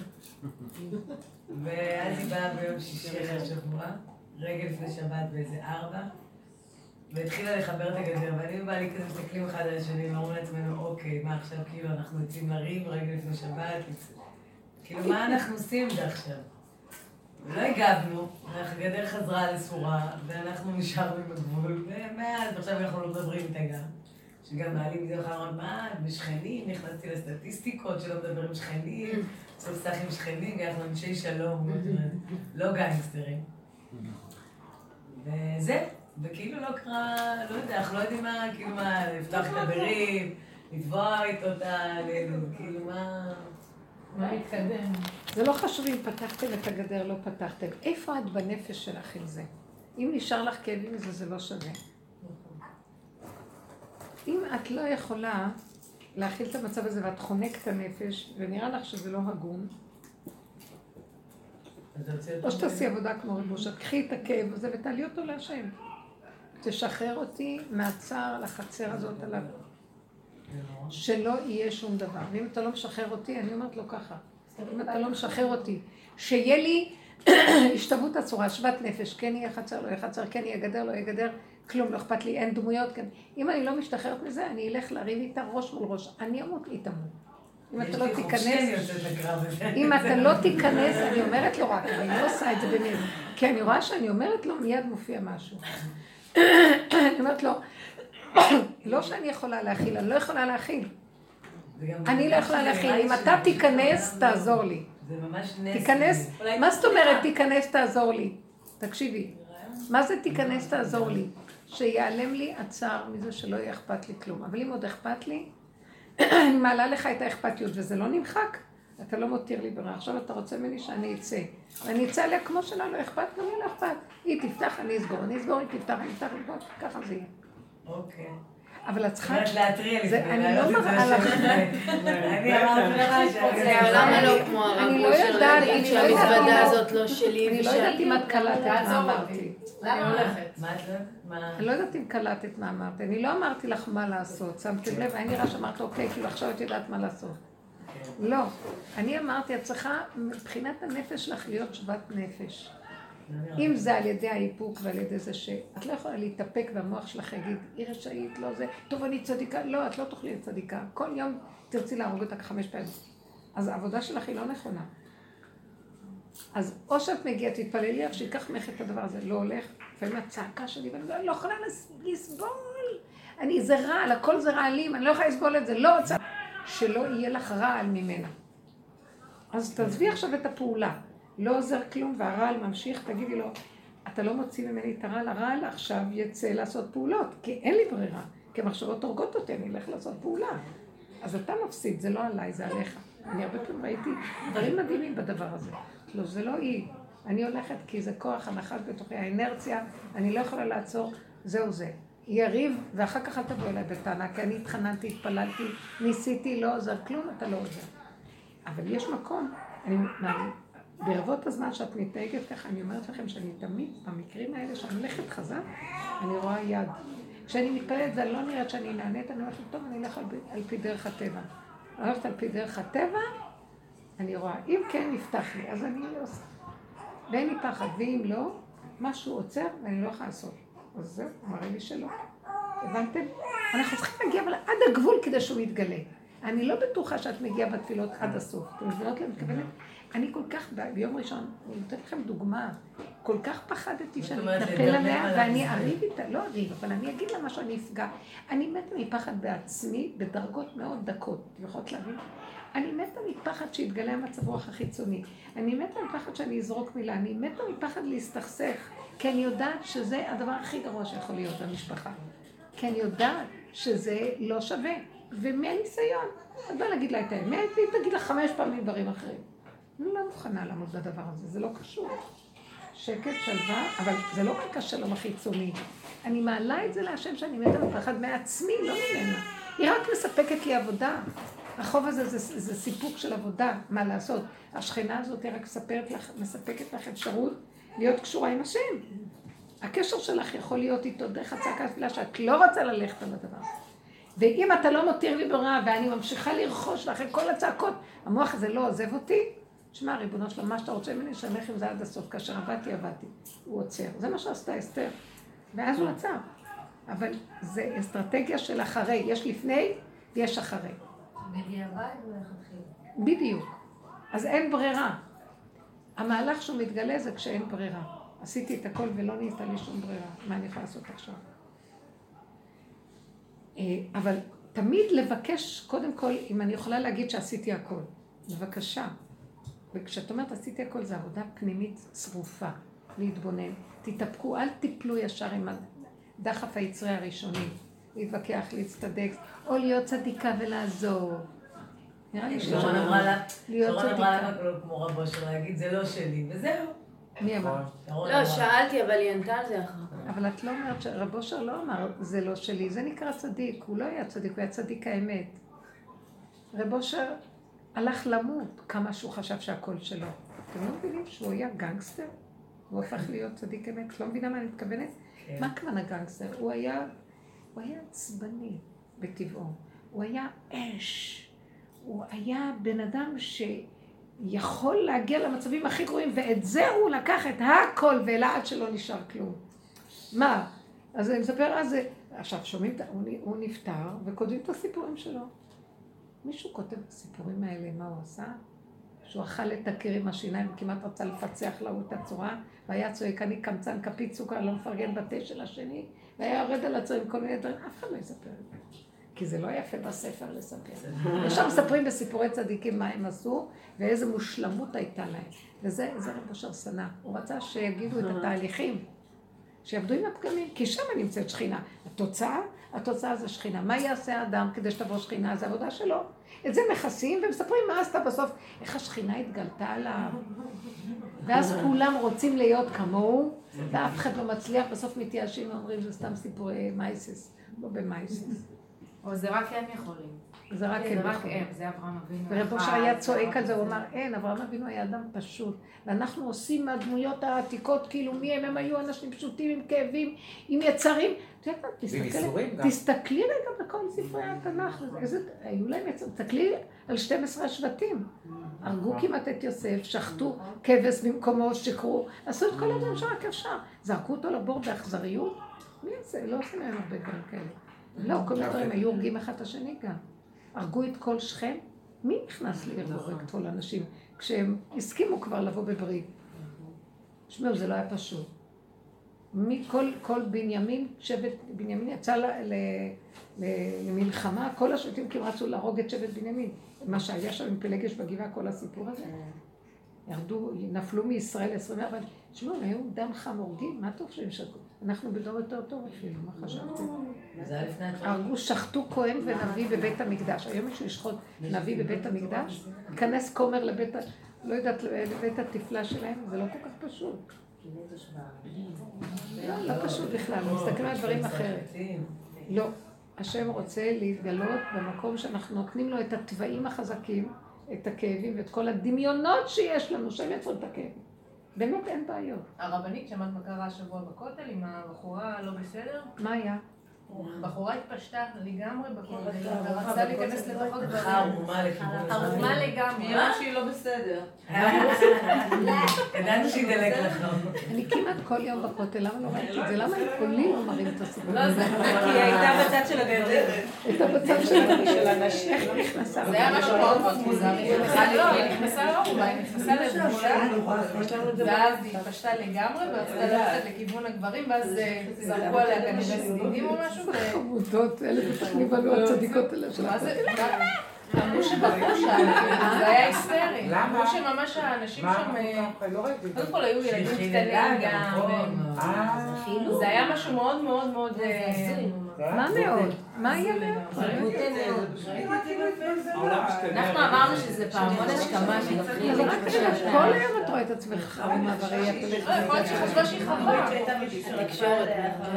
ואז היא באה ביום שישי אחרי השבוע, רגע לפני שבת באיזה 4, והתחילה לחבר את הגדר, ואני ובעלי כזה מסתכלים אחד על השני, ואומרים לעצמנו, אוקיי, מה עכשיו, כאילו אנחנו יוצאים לריב רגע לפני שבת, כאילו מה אנחנו עושים זה עכשיו? ולא הגבנו, הגדר חזרה לסורה, ואנחנו נשארנו בגבול, ומאז עכשיו אנחנו לא מדברים איתה גם. שגם בעלי מדי אחד אמר, מה, בשכנים, נכנסתי לסטטיסטיקות שלא מדבר עם שכנים, סוסח עם שכנים, ואנחנו אנשי שלום, לא גנגסטרים. וזה. וכאילו לא קרה, לא יודע, אנחנו לא יודעים מה, כאילו מה, לפתוח את הדברים, לתבוע איתו אותה, כאילו מה להתקדם. זה לא חשוב אם פתחתם את הגדר, לא פתחתם. איפה את בנפש שלך עם זה? אם נשאר לך כאבים מזה, זה לא שווה. אם את לא יכולה להכיל את המצב הזה ואת חונקת את הנפש, ונראה לך שזה לא הגון, או שתעשי עבודה כמו רב אושר, קחי את הכאב הזה ותעלי אותו להשם. תשחרר אותי מהצער לחצר הזאת עליו. שלא יהיה שום דבר. ואם אתה לא משחרר אותי, אני אומרת לו ככה. אם אתה לא משחרר אותי, שיהיה לי השתוות הצורה, שוות נפש, כן יהיה חצר, לא יהיה חצר, כן יהיה גדר, לא יהיה גדר, כלום, לא אכפת לי, אין דמויות, כן. אם אני לא משתחררת מזה, אני אלך לריב איתה ראש מול ראש. אני אמות, היא תמות. אם אתה לא תיכנס, אם אתה לא תיכנס, אני אומרת לו רק, אני לא עושה את זה במין, כי אני רואה שאני אומרת לו, מיד מופיע משהו. אני אומרת לו, לא שאני יכולה להכיל, אני לא יכולה להכיל. אני לא יכולה להכיל, אם אתה תיכנס, תעזור לי. זה ממש נס. תיכנס, מה זאת אומרת תיכנס, תעזור לי? תקשיבי, מה זה תיכנס, תעזור לי? שיעלם לי הצער מזה שלא יהיה אכפת לי כלום. אבל אם עוד אכפת לי, אני מעלה לך את האכפתיות, וזה לא נמחק. אתה לא מותיר לי ברירה. עכשיו אתה רוצה ממני שאני אצא. ואני אצא עליה כמו שלה, לא אכפת, גם היא לא אכפת. היא תפתח, אני אסגור, היא תפתח, אני אפתח, ככה זה יהיה. אוקיי. אבל את צריכה... להתריע לי. אני לא מראה לך... אני אמרתי לך למה לא כמו הרב אושר להגיד שהמזוודה הזאת לא שלי אני לא יודעת אם את קלטת מה אמרתי. למה הולכת? מה את לא יודעת? אני לא יודעת אם קלטת מה אמרתי. אני לא אמרתי לך מה לעשות. שמתם לב, אני נראה שאמרת, אוקיי, כאילו עכשיו את יודעת מה לעשות. לא. אני אמרתי, את צריכה מבחינת הנפש שלך להיות שוות נפש. אם זה על ידי האיפוק ועל ידי זה שאת לא יכולה להתאפק והמוח שלך יגיד, היא רשאית, לא זה, טוב אני צדיקה, לא, את לא תוכלי להיות צדיקה. כל יום תרצי להרוג אותה 5 פעמים. אז העבודה שלך היא לא נכונה. אז או שאת מגיעה, תתפללי לך שיקח ממך את הדבר הזה, לא הולך, לפעמים הצעקה שלי, ואני לא יכולה לסבול. זה רעל, הכל זה רעלים, אני לא יכולה לסבול את זה, לא רוצה. שלא יהיה לך רעל ממנה. אז תעזבי עכשיו את הפעולה. לא עוזר כלום, והרעל ממשיך, תגידי לו, אתה לא מוציא ממני את הרעל, הרעל עכשיו יצא לעשות פעולות, כי אין לי ברירה, כי המחשבות הורגות אותי, אני אלך לעשות פעולה. אז אתה מפסיד, זה לא עליי, זה עליך. אני הרבה פעמים ראיתי דברים מדהימים בדבר הזה. לא, זה לא היא. אני הולכת כי זה כוח הנחת בתוכי, האנרציה, אני לא יכולה לעצור, זהו זה. יריב, ואחר כך אל תבוא אליי בטענה, כי אני התחננתי, התפללתי, ניסיתי, לא עוזר כלום, אתה לא עוזר. אבל יש מקום, ברבות הזמן שאת מתנהגת ככה, אני אומרת לכם שאני תמיד, במקרים האלה שאני הולכת חזק, אני רואה יד. כשאני מתפללת ולא נראית שאני נענית, אני אומרת, טוב, אני אלך על פי דרך הטבע. אני הולכת על פי דרך הטבע, אני רואה, אם כן נפתח לי, אז אני עושה. ואין לי פחד, ואם לא, משהו עוצר ואני לא יכולה לעשות. אז זהו, מראה לי שלא. הבנתם? אנחנו צריכים להגיע עד הגבול כדי שהוא יתגלה. אני לא בטוחה שאת מגיעה בתפילות עד הסוף. אתם מבינות לי? מתכוונת? אני כל כך, ביום ראשון, אני נותנת לכם דוגמה, כל כך פחדתי שאני אתנפל עליה ואני אריב איתה, לא אריב, אבל אני אגיד לה משהו, אני אפגע. אני מתה מפחד בעצמי בדרגות מאוד דקות, אתם יכולות להבין? אני מתה מפחד שיתגלה המצב רוח החיצוני. אני מתה מפחד שאני אזרוק מילה, אני מתה מפחד להסתכסך, כי אני יודעת שזה הדבר הכי גרוע שיכול להיות במשפחה. כי אני יודעת שזה לא שווה, ומהניסיון, את באה להגיד לה את האמת, והיא תגיד לה 5 פעמים דברים אחרים. אני לא מוכנה לעמוד בדבר הזה, זה לא קשור. שקט, שלווה, אבל זה לא רק השלום החיצוני. אני מעלה את זה להשם שאני מתה מפחד מעצמי, לא ממנה. היא רק מספקת לי עבודה. החוב הזה זה סיפוק של עבודה, מה לעשות. השכנה הזאת היא רק מספקת לך אפשרות להיות קשורה עם השם. הקשר שלך יכול להיות איתו דרך הצעקה שלה שאת לא רוצה ללכת על הדבר. ואם אתה לא מותיר לי ברירה ואני ממשיכה לרחוש אחרי כל הצעקות, המוח הזה לא עוזב אותי, שמע, ריבונו שלום, מה שאתה רוצה ממני, שנלך עם זה עד הסוף, כאשר עבדתי. הוא עוצר. זה מה שעשתה אסתר. ואז הוא עצר. אבל זה אסטרטגיה של אחרי. יש לפני, יש אחרי. בדיעבד ולכתחילה. בדיוק. אז אין ברירה. המהלך שהוא מתגלה זה כשאין ברירה. עשיתי את הכל ולא נהייתה לי שום ברירה. מה אני יכולה לעשות עכשיו? אבל תמיד לבקש, קודם כל, אם אני יכולה להגיד שעשיתי הכל. בבקשה. וכשאת אומרת עשיתי הכל, זה עבודה פנימית שרופה, להתבונן. תתאפקו, אל תיפלו ישר עם הדחף היצרי הראשוני. להתווכח, להצטדק, או להיות צדיקה ולעזור. נראה לי שרון אמרה לה, כמו רב אושר להגיד, זה לא שלי, וזהו. מי אמר? לא, שאלתי, אבל היא ענתה על זה אחר כך. אבל את לא אומרת, רב אושר לא אמר, זה לא שלי, זה נקרא צדיק, הוא לא היה צדיק, הוא היה צדיק האמת. רב אושר הלך למות כמה שהוא חשב שהכל שלו. אתם לא מבינים שהוא היה גנגסטר? הוא הפך להיות צדיק אמת? את לא מבינה מה אני מתכוונת? מה כמובן הגנגסטר? הוא היה עצבני בטבעו. הוא היה אש. הוא היה בן אדם יכול להגיע למצבים הכי גרועים, ואת זה הוא לקח את הכל ואלה עד שלא נשאר כלום. מה? אז אני מספר על זה, עכשיו שומעים, הוא נפטר וכותבים את הסיפורים שלו. מישהו כותב את הסיפורים האלה, מה הוא עשה? שהוא אכל את הקיר עם השיניים וכמעט רצה לפצח לו את הצורה, והיה צועק, אני קמצן, כפית סוכר, לא מפרגן בתה של השני, והיה יורד על הצורה עם כל מיני דברים, אף אחד לא יספר את זה. כי זה לא יפה בספר לספר. ושם מספרים בסיפורי צדיקים מה הם עשו, ואיזה מושלמות הייתה להם. וזה רב אשר שנא. הוא רצה שיגידו את התהליכים, שיעבדו עם הפגמים, כי שם נמצאת שכינה. התוצאה זה שכינה. מה יעשה האדם כדי שתבוא שכינה? זה עבודה שלו. את זה מכסים ומספרים מה עשתה בסוף. איך השכינה התגלתה עליו. ואז כולם רוצים להיות כמוהו, ואף אחד לא מצליח, בסוף מתייאשים ואומרים, זה סתם סיפורי מייסיס, לא במייסיס. או זה רק הם יכולים. זה רק הם יכולים. זה אברהם אבינו. ורב אושר היה צועק על זה, הוא אמר, אין, אברהם אבינו היה אדם פשוט. ואנחנו עושים מהדמויות העתיקות, כאילו מי הם היו אנשים פשוטים עם כאבים, עם יצרים. תסתכלי רגע בכל ספרי התנ"ך, היו להם יצרים, תסתכלי על 12 השבטים. הרגו כמעט את יוסף, שחטו כבש במקומו, שיקרו, עשו את כל הדברים שרק אפשר. זרקו אותו לבור באכזריות. מי זה? לא עושים להם הרבה דברים כאלה. לא, כל מיני דברים היו הורגים אחד את השני גם. הרגו את כל שכם? מי נכנס להורג את כל האנשים כשהם הסכימו כבר לבוא בברית? שמעו, זה לא היה פשוט. כל בנימין, שבט בנימין יצא למלחמה, כל השבטים כמעט רצו להרוג את שבט בנימין. מה שהיה שם עם פלגש בגבעה, כל הסיפור הזה. ירדו, נפלו מישראל 24. שמעו, היו דם חם הורגים, מה טוב שהם שתו? אנחנו בדור יותר טוב אפילו, מה חשבתם? הרגו, שחטו כהן ונביא בבית המקדש. היום מישהו ישחוט נביא בבית המקדש, יכנס כומר לבית, לא יודעת, לבית התפלה שלהם, זה לא כל כך פשוט. לא פשוט בכלל, מסתכלים על דברים אחרת. לא, השם רוצה להתגלות במקום שאנחנו נותנים לו את הטבעים החזקים, את הכאבים ואת כל הדמיונות שיש לנו, שהם יצרו את הכאבים. באמת אין בעיות. הרבנית, שמעת מה קרה השבוע בכותל עם הבחורה לא בסדר? מה היה? בחורה התפשטה לגמרי בכותל, ורצה להיכנס לתוך הגברים. ערומה לגמרי. היא אמרה שהיא לא בסדר. ידענו שהיא דלק לך. אני כמעט כל יום בכותל, למה לא ראיתי את זה? למה הם כולים לא מראים את הסיפור? לא, זה כי היא הייתה בצד של הגדר. הייתה בצד של הנשים. איך נכנסה? זה היה משהו מאוד מאוד מוזר. היא נכנסה לערומה, היא נכנסה לגבולה, ואז היא התפשטה לגמרי, ורצתה ללכת לכיוון הגברים, ואז זרקו עליה כנראה סדינים או משהו. חמודות, אלה בטח נבלו הצדיקות האלה של מה זה? אמרו שבחרו שם, זה היה היסטרי. אמרו שממש האנשים שם, קודם כל היו ילדים קטנים גם. זה היה משהו מאוד מאוד מאוד... מה מאוד? מה היה מאוד? אנחנו אמרנו שזה פעמון השכמה זה רק קשה, כל היום את רואה את עצמך חרומה בראי הפלט. יכול להיות שחשבה שהיא חרומה. התקשורת.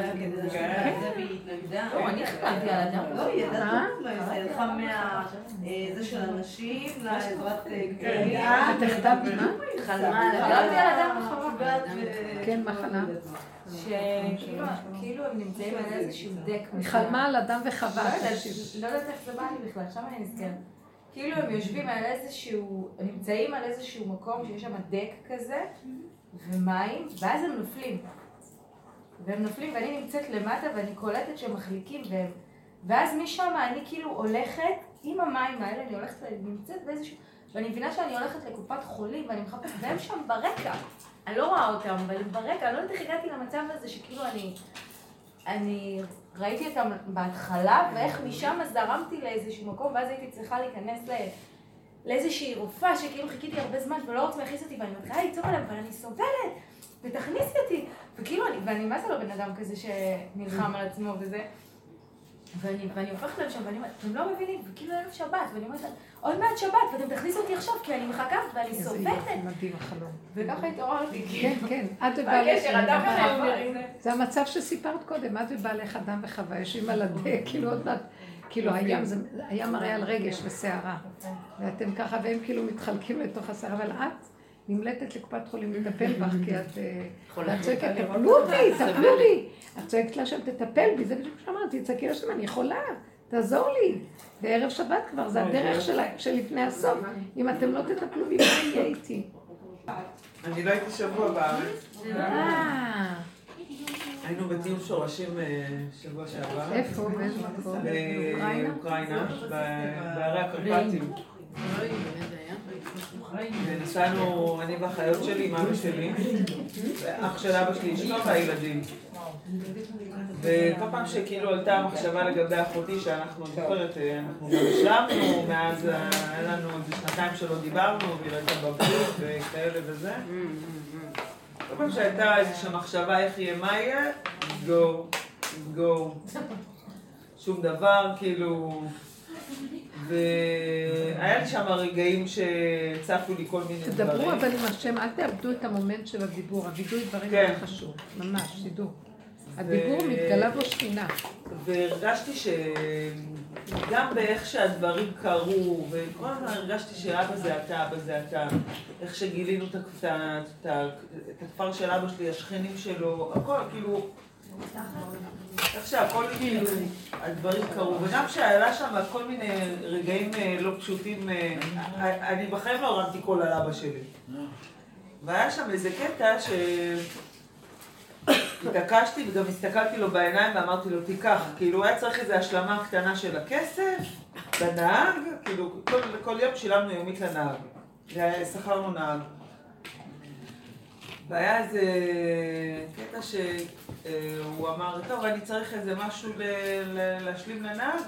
אני חכמתי על אדם. לא, היא ידעה לא, היא הלכה זה של אנשים לעזרת גברים. את הכתבת מה? חלמה חלמתי על אדם וחרוב. כן, מה חלם? שכאילו הם נמצאים על איזשהו דק. היא חלמה על אדם וחווה. לא יודעת איך זה בא לי בכלל, עכשיו אני נזכרת. כאילו הם יושבים על איזשהו, נמצאים על איזשהו מקום שיש שם דק כזה, ומים, ואז הם נופלים. והם נופלים ואני נמצאת למטה ואני קולטת שהם מחליקים והם... ואז משם אני כאילו הולכת עם המים האלה, אני הולכת, נמצאת באיזשהו... ואני מבינה שאני הולכת לקופת חולים ואני מחפשת, והם שם ברקע. אני לא רואה אותם, אבל ברקע, אני לא יודעת איך הגעתי למצב הזה שכאילו אני ראיתי אותם בהתחלה, ואיך משם זרמתי לאיזשהו מקום, ואז הייתי צריכה להיכנס לאיזושהי רופאה שכאילו חיכיתי הרבה זמן ולא רוצה להכניס אותי, ואני מתחילה לצעוק עליהם, אבל אני סובלת, ותכניסי אותי. וכאילו, ואני מה זה לא בן אדם כזה שנלחם על עצמו וזה. ואני הופכת להם שם, ואני אומרת, אתם לא מבינים, וכאילו אין שבת, ואני אומרת, עוד מעט שבת, ואתם תכניסו אותי עכשיו, כי אני מחכה ואני סובלת. איזה מדהים החלום. וככה התעוררתי. כן, כן. בקשר, אדם וחווה. זה המצב שסיפרת קודם, את ובעלך אדם וחווה, יושבים על הדק, כאילו עוד מעט, כאילו הים, זה היה מראה על רגש וסערה. ואתם ככה, והם כאילו מתחלקים לתוך הסערה, אבל את נמלטת לקופת חולים לטפל בך, כי את צועקת, תפלו בי, תפלו בי. את צועקת לה שם, תטפל בי, זה בדיוק שאמרתי, תצעקי לה שם, אני יכולה. תעזור לי. בערב שבת כבר, זה הדרך של לפני הסוף. אם אתם לא תטפלו בי, מה יהיה איתי? אני לא הייתי שבוע בארץ. היינו בטיול שורשים שבוע שעבר. איפה? באיזה מקום? באוקראינה, בערי הקרפטים. ונסענו, אני והחיות שלי, עם אבא שלי, ואח של אבא שלי, אשתו והילדים. וכל פעם שכאילו עלתה המחשבה לגבי אחותי, שאנחנו זוכרת, אנחנו גם השלמנו, מאז היה לנו איזה 2 שלא דיברנו, והיא הייתה בבית וכאלה וזה. כל פעם שהייתה איזושהי מחשבה איך יהיה, מה יהיה, go. שום דבר, כאילו... והיה לי שם רגעים שצפו לי כל מיני דברים. תדברו אבל עם השם, אל תאבדו את המומנט של הדיבור, הווידוי דברים מאוד חשוב, ממש, תדעו. הדיבור מתגלה בו שכינה. והרגשתי שגם באיך שהדברים קרו, וכל הזמן הרגשתי שאבא זה אתה, איך שגילינו את הכפר של אבא שלי, השכנים שלו, הכל כאילו... איך שהכל כאילו, הדברים קרו, וגם שהיה שם כל מיני רגעים לא פשוטים, אני בחיים לא הרמתי קול על אבא שלי. והיה שם איזה קטע התעקשתי וגם הסתכלתי לו בעיניים ואמרתי לו תיקח, כאילו היה צריך איזו השלמה קטנה של הכסף לנהג, כאילו כל יום שילמנו יומית לנהג, שכרנו נהג. והיה איזה קטע שהוא אמר, טוב, אני צריך איזה משהו להשלים לנהג,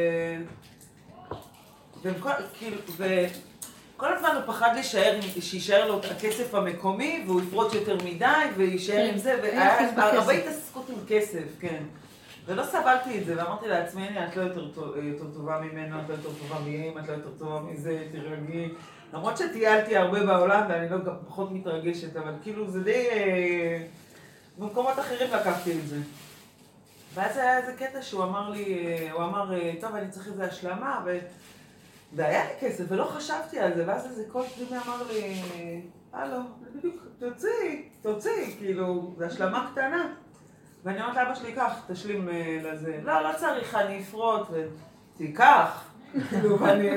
וכל הזמן הוא פחד שישאר לו את הכסף המקומי, והוא יפרוץ יותר מדי, וישאר עם זה, והיה הרבה התעסקות עם כסף, כן. ולא סבלתי את זה, ואמרתי לעצמי, את לא יותר טובה ממנו, את לא יותר טובה מהם, את לא יותר טובה מזה, תרגי. למרות שטיילתי הרבה בעולם ואני לא פחות מתרגשת, אבל כאילו זה די... במקומות אחרים לקחתי את זה. ואז היה איזה קטע שהוא אמר לי, הוא אמר, טוב, אני צריך איזו השלמה, והיה לי כסף ולא חשבתי על זה, ואז איזה קול פנימי אמר לי, הלו, בדיוק, תוציא, כאילו, זו השלמה קטנה. ואני אומרת לאבא שלי, קח, תשלים לזה. לא צריך, אני אפרוט, ותיקח. כאילו, ואני...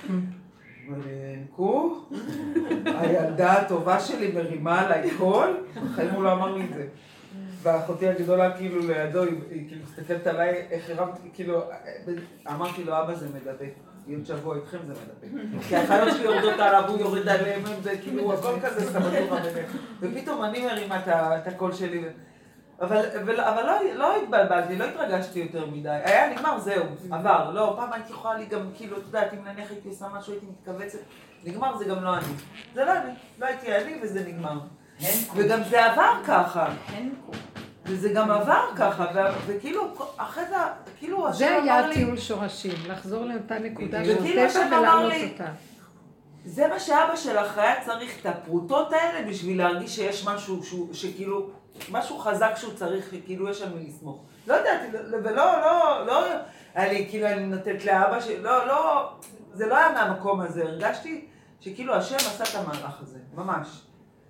ונקו, הילדה הטובה שלי מרימה עליי קול, בחיים הוא לא אמר לי את זה. ואחותי הגדולה כאילו לידו, היא כאילו מסתכלת עליי, איך הרמתי, כאילו, אמרתי לו, אבא זה מדבק, להיות שבוע איתכם זה מדבק. כי החיות שלי יורדות עליו, הוא יורד עליהם, זה כאילו, הכל כזה סבבה ביניהם. ופתאום אני מרימה את הקול שלי. אבל לא התבלבלתי, לא התרגשתי יותר מדי. היה נגמר, זהו, עבר. לא, פעם הייתי יכולה לי גם, כאילו, את יודעת, אם נניח הייתי עושה משהו, הייתי מתכווצת. נגמר, זה גם לא אני. זה לא אני. לא הייתי אני וזה נגמר. וגם זה עבר ככה. וזה גם עבר ככה, וכאילו, אחרי זה, כאילו, זה היה טיול שורשים, לחזור לאותה נקודה של טבע ולעלות אותה. זה מה שאבא שלך היה צריך את הפרוטות האלה בשביל להרגיש שיש משהו שכאילו, משהו חזק שהוא צריך, כאילו יש על מי לסמוך. לא ידעתי, ולא, היה לי, כאילו אני נותנת לאבא לא, זה לא היה מהמקום הזה, הרגשתי שכאילו השם עשה את המהלך הזה, ממש.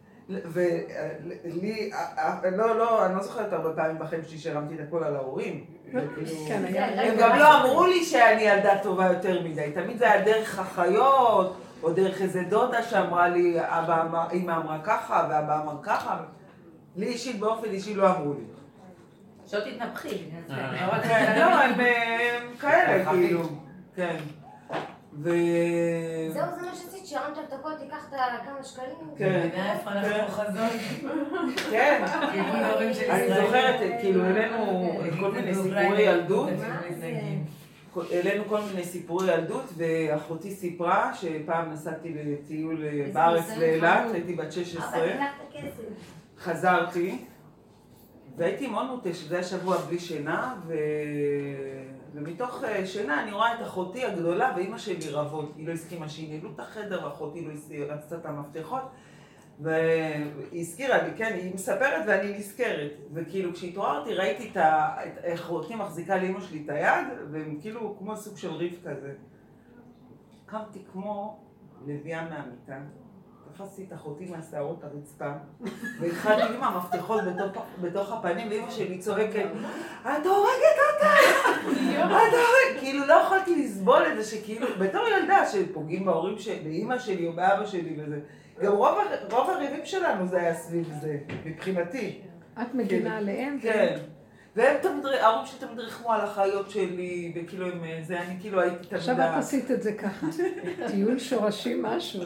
ולי, לא, אני לא זוכרת הרבה פעמים בחיים שלי שהרמתי את הכל על ההורים. הם גם לא אמרו לי שאני ילדה טובה יותר מדי, תמיד זה היה דרך החיות, או דרך איזה דודה שאמרה לי, אמא אמרה ככה, ואבא אמר ככה. לי אישית, באופן אישי לא אמרו לי. שלא תתנפחי. לא, הם כאלה, כאילו. כן. זהו, זה מה שעשית, שהרמת את הכל, תיקח את כמה שקלים. כן. איפה אנחנו חזות? כן. אני זוכרת, כאילו, העלינו כל מיני סיפורי ילדות. העלינו כל מיני סיפורי ילדות, ואחותי סיפרה שפעם נסעתי לטיול בארץ לאילת, הייתי בת 16. חזרתי, והייתי מאוד מותשת, זה היה שבוע בלי שינה, ומתוך שינה אני רואה את אחותי הגדולה ואימא שלי רבות, היא לא הסכימה שינהלו את החדר, ואחותי לא רצתה את המפתחות, והיא הזכירה לי, כן, היא מספרת ואני נזכרת, וכאילו כשהתעוררתי ראיתי איך אחותי מחזיקה לאמא שלי את היד, והם כאילו כמו סוג של ריף כזה. קמתי כמו לביאה מהמיטה, תפסתי את אחותי מהשערות הרצפה, והתחלתי עם המפתחות בתוך הפנים, ואמא שלי צועקת, את הורגת אותה! את הורגת! כאילו לא יכולתי לסבול את זה שכאילו, בתור ילדה שפוגעים בהורים שלי, באמא שלי או באבא שלי וזה, גם רוב הריבים שלנו זה היה סביב זה, מבחינתי. את מגינה עליהם? כן. והם תמיד, ההורים שלי תמיד רחמו על החיות שלי, וכאילו הם זה, אני כאילו הייתי תמידה. עכשיו את עשית את זה ככה, טיול שורשים משהו.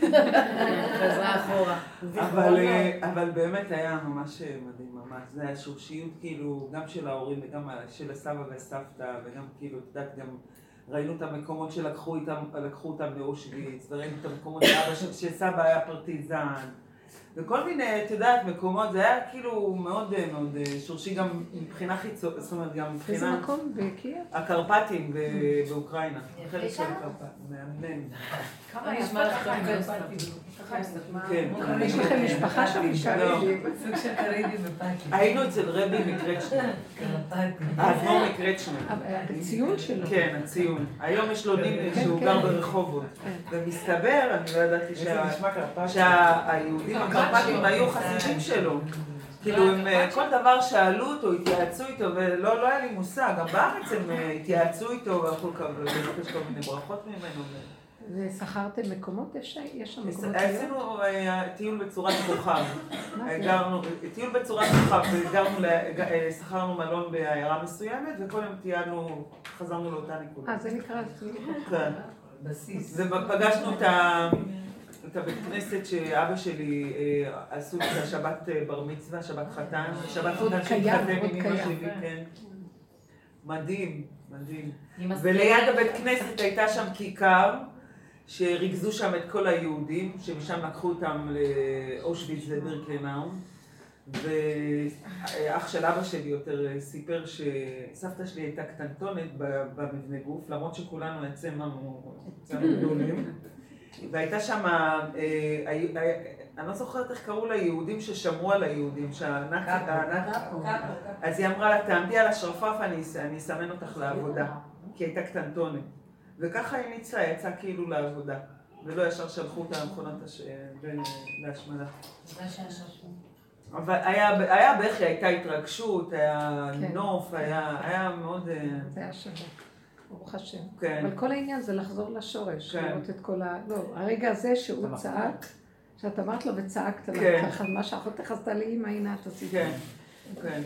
חזרה אחורה. אבל באמת היה ממש מדהים, ממש. זה היה שורשיות כאילו, גם של ההורים וגם של הסבא והסבתא, וגם כאילו, את יודעת, גם ראינו את המקומות שלקחו אותם לאושוויץ, וראינו את המקומות שסבא היה פרטיזן. וכל מיני, את יודעת, מקומות, זה היה כאילו מאוד מאוד שורשי גם מבחינה חיצונית, זאת אומרת גם מבחינה... איזה מקום? בקייב? הקרפטים באוקראינה. חלק של הקרפטים, מהמם. כמה נשמע לך קרפטים? כן. יש לכם משפחה שם קריבי? סוג של קריבי בפאקי. היינו אצל רבי מקרצ'נר. קרפטים. האדמו"ר מקרצ'נר. הציון שלו. כן, הציון. היום יש לו דין שהוא גר ברחובות. ומסתבר, אני לא ידעתי שהיהודים הקרפטים היו חסידים שלו. כאילו, כל דבר שאלו אותו, התייעצו איתו, ולא היה לי מושג. גם בארץ הם התייעצו איתו, והלכו לבקש כל מיני ברכות ממנו. ושכרתם מקומות? יש שם מקומות? עשינו טיול בצורת כוכב. טיול בצורת כוכב, שכרנו מלון בעיירה מסוימת, וכל יום טיילנו, חזרנו לאותה נקודה. זה נקרא טיול. כן. בסיס. ופגשנו את הבית כנסת שאבא שלי עשו את השבת בר מצווה, שבת חתן, שבת חתן שהתחתן עם אמא שלי, כן. מדהים, מדהים. וליד הבית כנסת הייתה שם כיכר, שריכזו שם את כל היהודים, שמשם לקחו אותם לאושוויץ ובירקנאו. ואח של אבא שלי יותר סיפר שסבתא שלי הייתה קטנטונת במבנה גוף, למרות שכולנו יצאנו גדולים. והייתה שם, אני לא זוכרת איך קראו ליהודים ששמרו על היהודים, אז היא אמרה לה, תעמדי על השרפף, אני אסמן אותך לעבודה, כי הייתה קטנטונת. וככה היא ניצלה, יצאה כאילו לעבודה, ולא ישר שלחו אותה למכונת להשמדה. אבל היה בכי, הייתה התרגשות, היה נוף, היה מאוד... זה היה שווה, ברוך השם. כן. אבל כל העניין זה לחזור לשורש, לראות את כל ה... לא, הרגע הזה שהוא צעק, שאת אמרת לו וצעקת לו ככה, מה שאחותך עשתה לי, אמא, הנה את עשית. כן, כן.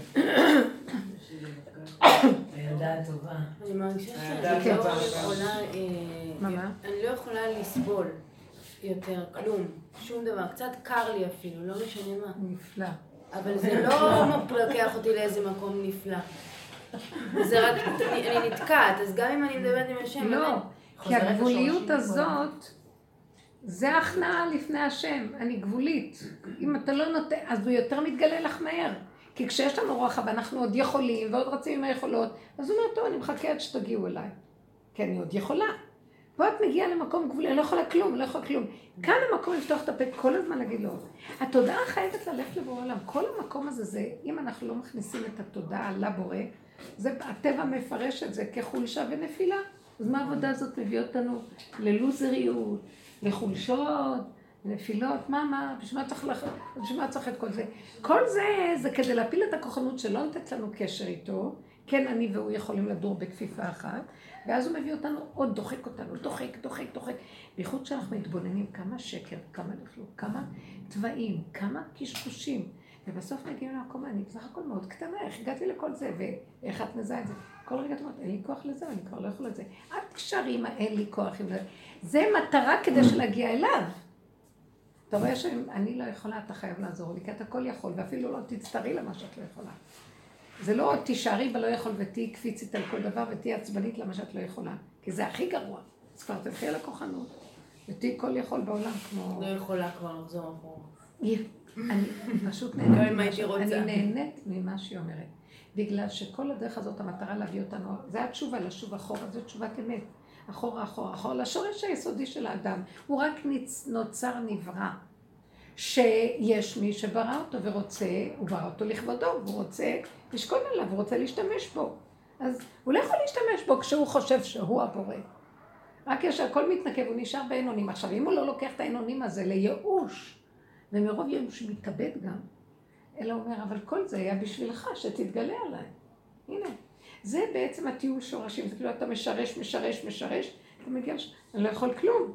הילדה הטובה. אני מרגישה שאני לא יכולה... אני לא יכולה לסבול יותר כלום, שום דבר. קצת קר לי אפילו, לא משנה מה. נפלא. אבל זה לא לוקח אותי לאיזה מקום נפלא. זה רק, אני נתקעת, אז גם אם אני מדברת עם השם... לא, כי הגבוליות הזאת, זה הכנעה לפני השם, אני גבולית. אם אתה לא נותן, אז הוא יותר מתגלה לך מהר. כי כשיש לנו רוח, ואנחנו עוד יכולים, ועוד רצים עם היכולות, אז הוא אומר, טוב, אני מחכה עד שתגיעו אליי. כי אני עוד יכולה. פה את מגיעה למקום גבולי, אני לא יכולה כלום, לא יכולה כלום. כאן המקום לפתוח את הפה, כל הזמן להגיד לו. התודעה חייבת ללכת לבורא עולם. כל המקום הזה זה, אם אנחנו לא מכניסים את התודעה לבורא, זה, הטבע מפרש את זה כחולשה ונפילה. אז מה העבודה הזאת מביא אותנו ללוזריות, לחולשות, נפילות, מה, בשביל מה צריך את כל זה? כל זה כדי להפיל את הכוחנות שלא נתת לנו קשר איתו, כן, אני והוא יכולים לדור בכפיפה אחת, ואז הוא מביא אותנו, עוד דוחק אותנו, דוחק. בייחוד שאנחנו מתבוננים כמה שקר, כמה לכלוך, כמה טבעים, כמה קשקושים, ובסוף מגיעים למקום, אני בסך הכל מאוד קטנה, איך הגעתי לכל זה, ואיך את מזהה את זה? כל רגע את אומרת, אין לי כוח לזה, אני כבר לא יכולה לזה. את קשרי עם אין לי כוח עם זה. זה מטרה כדי שלהגיע אליו. אתה רואה שאני לא יכולה, אתה חייב לעזור לי, כי אתה הכל יכול, ואפילו לא תצטרי למה שאת לא יכולה. זה לא תישארי ולא יכול ותהי קפיצית על כל דבר ותהי עצבנית למה שאת לא יכולה, כי זה הכי גרוע. אז כבר תלכי על הכוחנות, ותהי כל יכול בעולם כמו... לא יכולה כבר לחזור אחורה. אני פשוט נהנית ממה שהיא אומרת. בגלל שכל הדרך הזאת, המטרה להביא אותנו, זה התשובה לשוב אחורה, זו תשובת אמת. אחורה, לשורש היסודי של האדם. הוא רק נוצר נברא. שיש מי שברא אותו ורוצה, הוא ברא אותו לכבודו, והוא רוצה לשכון עליו, הוא רוצה להשתמש בו. אז הוא לא יכול להשתמש בו כשהוא חושב שהוא הבורא. רק כשהכל מתנקב, הוא נשאר בעינונים. עכשיו, אם הוא לא לוקח את העינונים הזה לייאוש, ומרוב ייאוש מתאבד גם, אלא אומר, אבל כל זה היה בשבילך, שתתגלה עליי. הנה. זה בעצם הטיול שורשים, זה כאילו אתה משרש, אתה מגיע אני לא יכול כלום.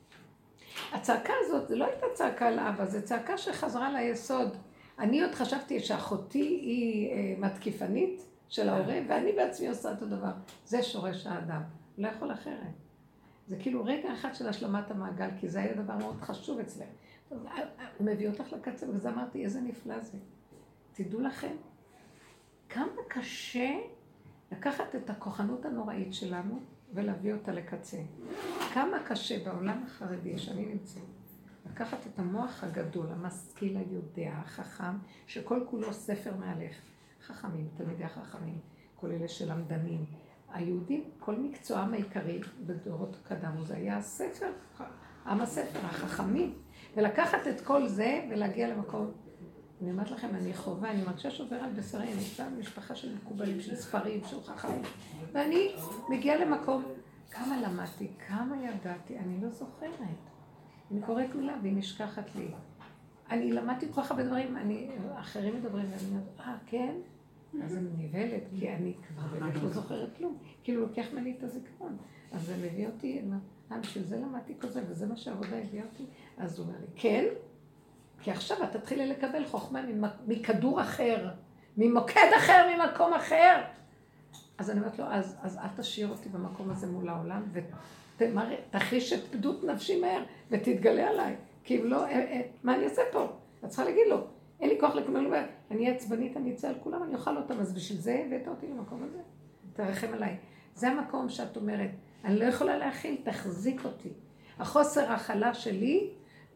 הצעקה הזאת, זה לא הייתה צעקה לאבא, זה צעקה שחזרה ליסוד. אני עוד חשבתי שאחותי היא מתקיפנית של ההורה, ואני בעצמי עושה את הדבר. זה שורש האדם, לא יכול אחרת. זה כאילו רגע אחד של השלמת המעגל, כי זה היה דבר מאוד חשוב אצלם. הוא מביא אותך לקצה, וזה אמרתי, איזה נפלא זה. תדעו לכם, כמה קשה לקחת את הכוחנות הנוראית שלנו ולהביא אותה לקצה. כמה קשה בעולם החרדי שאני נמצאת, לקחת את המוח הגדול, המשכיל היודע, החכם, שכל כולו ספר מהלך. חכמים, תלמידי החכמים, כל אלה שלמדנים. היהודים, כל מקצועם העיקרי בדורות קדמו, זה היה הספר, עם הספר, החכמים. ולקחת את כל זה ולהגיע למקום. אני אומרת לכם, אני חובה, אני מרגישה שעובר על בשרי, אני נמצא במשפחה של מקובלים, של ספרים, של חכמים. ואני מגיעה למקום, כמה למדתי, כמה ידעתי, אני לא זוכרת. אני קוראת מילה והיא נשכחת לי. אני למדתי כל כך הרבה דברים, אחרים מדברים, ואני אומרת, כן? אז אני נבהלת, כי אני כבר באמת לא זוכרת כלום. כאילו לוקח ממני את הזיכרון. אז זה מביא אותי, אני אומרת, בשביל זה למדתי כל זה, וזה מה שהעבודה הביאה אותי. אז הוא אומר לי, כן? כי עכשיו את תתחילי לקבל חוכמה מכדור אחר, ממוקד אחר, ממקום אחר. אז אני אומרת לו, אז אל תשאיר אותי במקום הזה מול העולם, ותחיש את פדות נפשי מהר, ותתגלה עליי. כי אם לא, מה אני אעשה פה? את צריכה להגיד לו, אין לי כוח לכולם, אני עצבנית, אני אצא על כולם, אני אוכל אותם, אז בשביל זה הבאת אותי למקום הזה. תרחם עליי. זה המקום שאת אומרת, אני לא יכולה להכיל, תחזיק אותי. החוסר ההכלה שלי,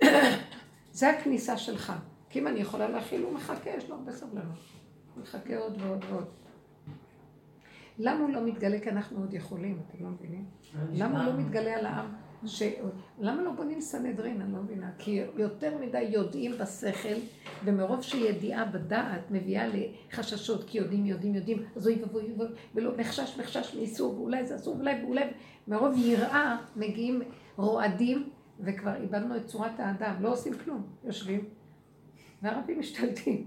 זה הכניסה שלך. כי אם אני יכולה להכיל, הוא מחכה, יש לו הרבה סבלנות. הוא מחכה עוד ועוד ועוד. למה הוא לא מתגלה? כי אנחנו עוד יכולים, אתם לא מבינים? למה הוא לא מתגלה על העם? למה לא בונים סנהדרין? אני לא מבינה. כי יותר מדי יודעים בשכל, ומרוב שידיעה בדעת מביאה לחששות, כי יודעים, אז הוא יבוא, ולא מחשש מאיסור, ואולי זה אסור, ואולי, מרוב יראה מגיעים רועדים, וכבר איבדנו את צורת האדם, לא עושים כלום, יושבים, והרבים משתלטים.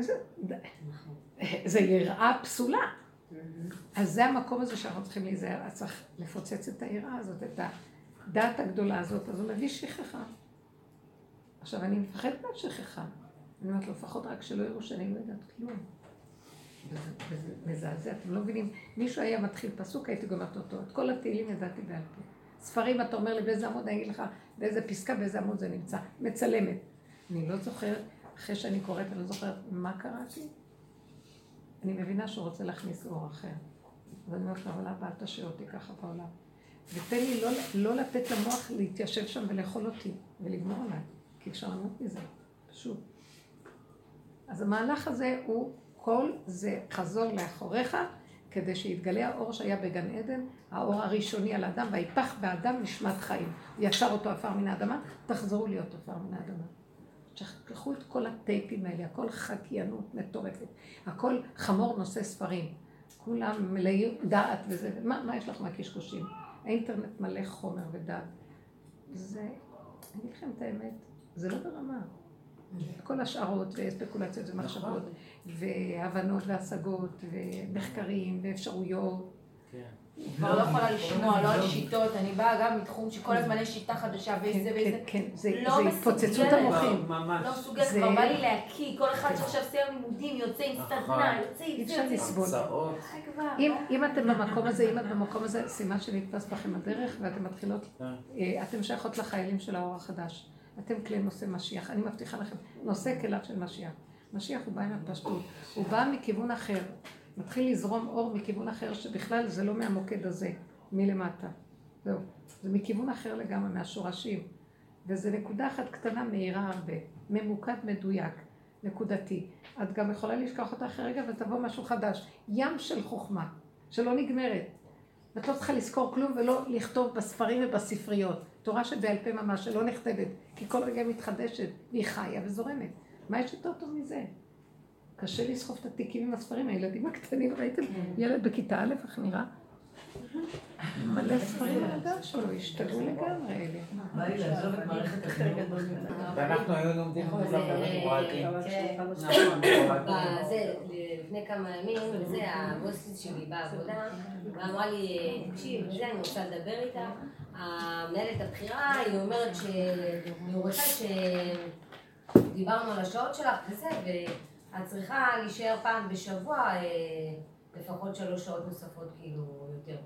זה יראה פסולה. אז זה המקום הזה שאנחנו צריכים להיזהר, צריך לפוצץ את היראה הזאת, את הדעת הגדולה הזאת, אז הוא מביא שכחה. עכשיו, אני מפחדת מהשכחה. אני אומרת לו, לפחות רק שלא יראו שאני לא יודעת כלום. וזה מזעזע, אתם לא מבינים, מישהו היה מתחיל פסוק, הייתי גומרת אותו, את כל התהילים ידעתי בעל פה. ספרים, אתה אומר לי באיזה עמוד, אני אגיד לך באיזה פסקה, באיזה עמוד זה נמצא, מצלמת. אני לא זוכרת, אחרי שאני קוראת, אני לא זוכרת מה קראתי. אני מבינה שהוא רוצה להכניס אור אחר. ואני אומרת לו, אבל אבא, אל תשאיר אותי ככה בעולם. ותן לי לא לתת למוח להתיישב שם ולאכול אותי, ולגמור עליי, כי אפשר למות מזה, פשוט. אז המהלך הזה הוא, כל זה חזור לאחוריך, כדי שיתגלה האור שהיה בגן עדן, האור הראשוני על האדם, והיפך באדם נשמת חיים. הוא יצר אותו עפר מן האדמה, תחזרו להיות עפר מן האדמה. שכחו את כל הטייפים האלה, הכל חקיינות מטורפת, הכל חמור נושא ספרים, כולם מלאים דעת וזה, מה יש לך מהקשקושים? האינטרנט מלא חומר ודעת. זה, אני אגיד לכם את האמת, זה לא ברמה. כל השערות וספקולציות ומחשבות, והבנות והשגות, ומחקרים ואפשרויות. אני כבר לא יכולה לשמוע, לא על שיטות, אני באה גם מתחום שכל הזמן יש שיטה חדשה ואיזה ואיזה. כן, זה התפוצצות המוחים. לא מסוגלת, כבר בא לי להקיא, כל אחד שעכשיו סיים לימודים, יוצא עם סדנה, אי אפשר לסבול. אם אתם במקום הזה, אם את במקום הזה, סימן שנתפס בכם הדרך, ואתם מתחילות, אתם שייכות לחיילים של האור החדש. אתם כלי נושא משיח, אני מבטיחה לכם, נושא כליו של משיח. משיח הוא בא עם הפשטות, הוא בא מכיוון אחר. מתחיל לזרום אור מכיוון אחר, שבכלל זה לא מהמוקד הזה, מלמטה. זהו, זה מכיוון אחר לגמרי, מהשורשים. וזה נקודה אחת קטנה, מהירה הרבה, ממוקד מדויק, נקודתי. את גם יכולה לשכוח אותה אחרי רגע ותבוא משהו חדש. ים של חוכמה, שלא נגמרת. ואת לא צריכה לזכור כלום ולא לכתוב בספרים ובספריות. תורה שבעל פה ממש, שלא נכתבת, כי כל רגע מתחדשת, והיא חיה וזורמת. מה יש יותר טוב מזה? קשה לסחוב את התיקים עם הספרים, הילדים הקטנים, ראיתם? ילד בכיתה א', איך נראה? מלא ספרים לדעת שלו, השתגעו לגמרי אלה. בא לי לעזוב את מערכת החינוך. ואנחנו היום לומדים חוזר למורדים. לפני כמה ימים, וזה הבוסית שלי בעבודה, ואמרה לי, תקשיב, וזה אני רוצה לדבר איתה. המנהלת הבחירה, היא אומרת שהיא רוצה שדיברנו על השעות שלך וזה, ואת צריכה להישאר פעם בשבוע, לפחות 3 שעות נוספות, כאילו, יותר.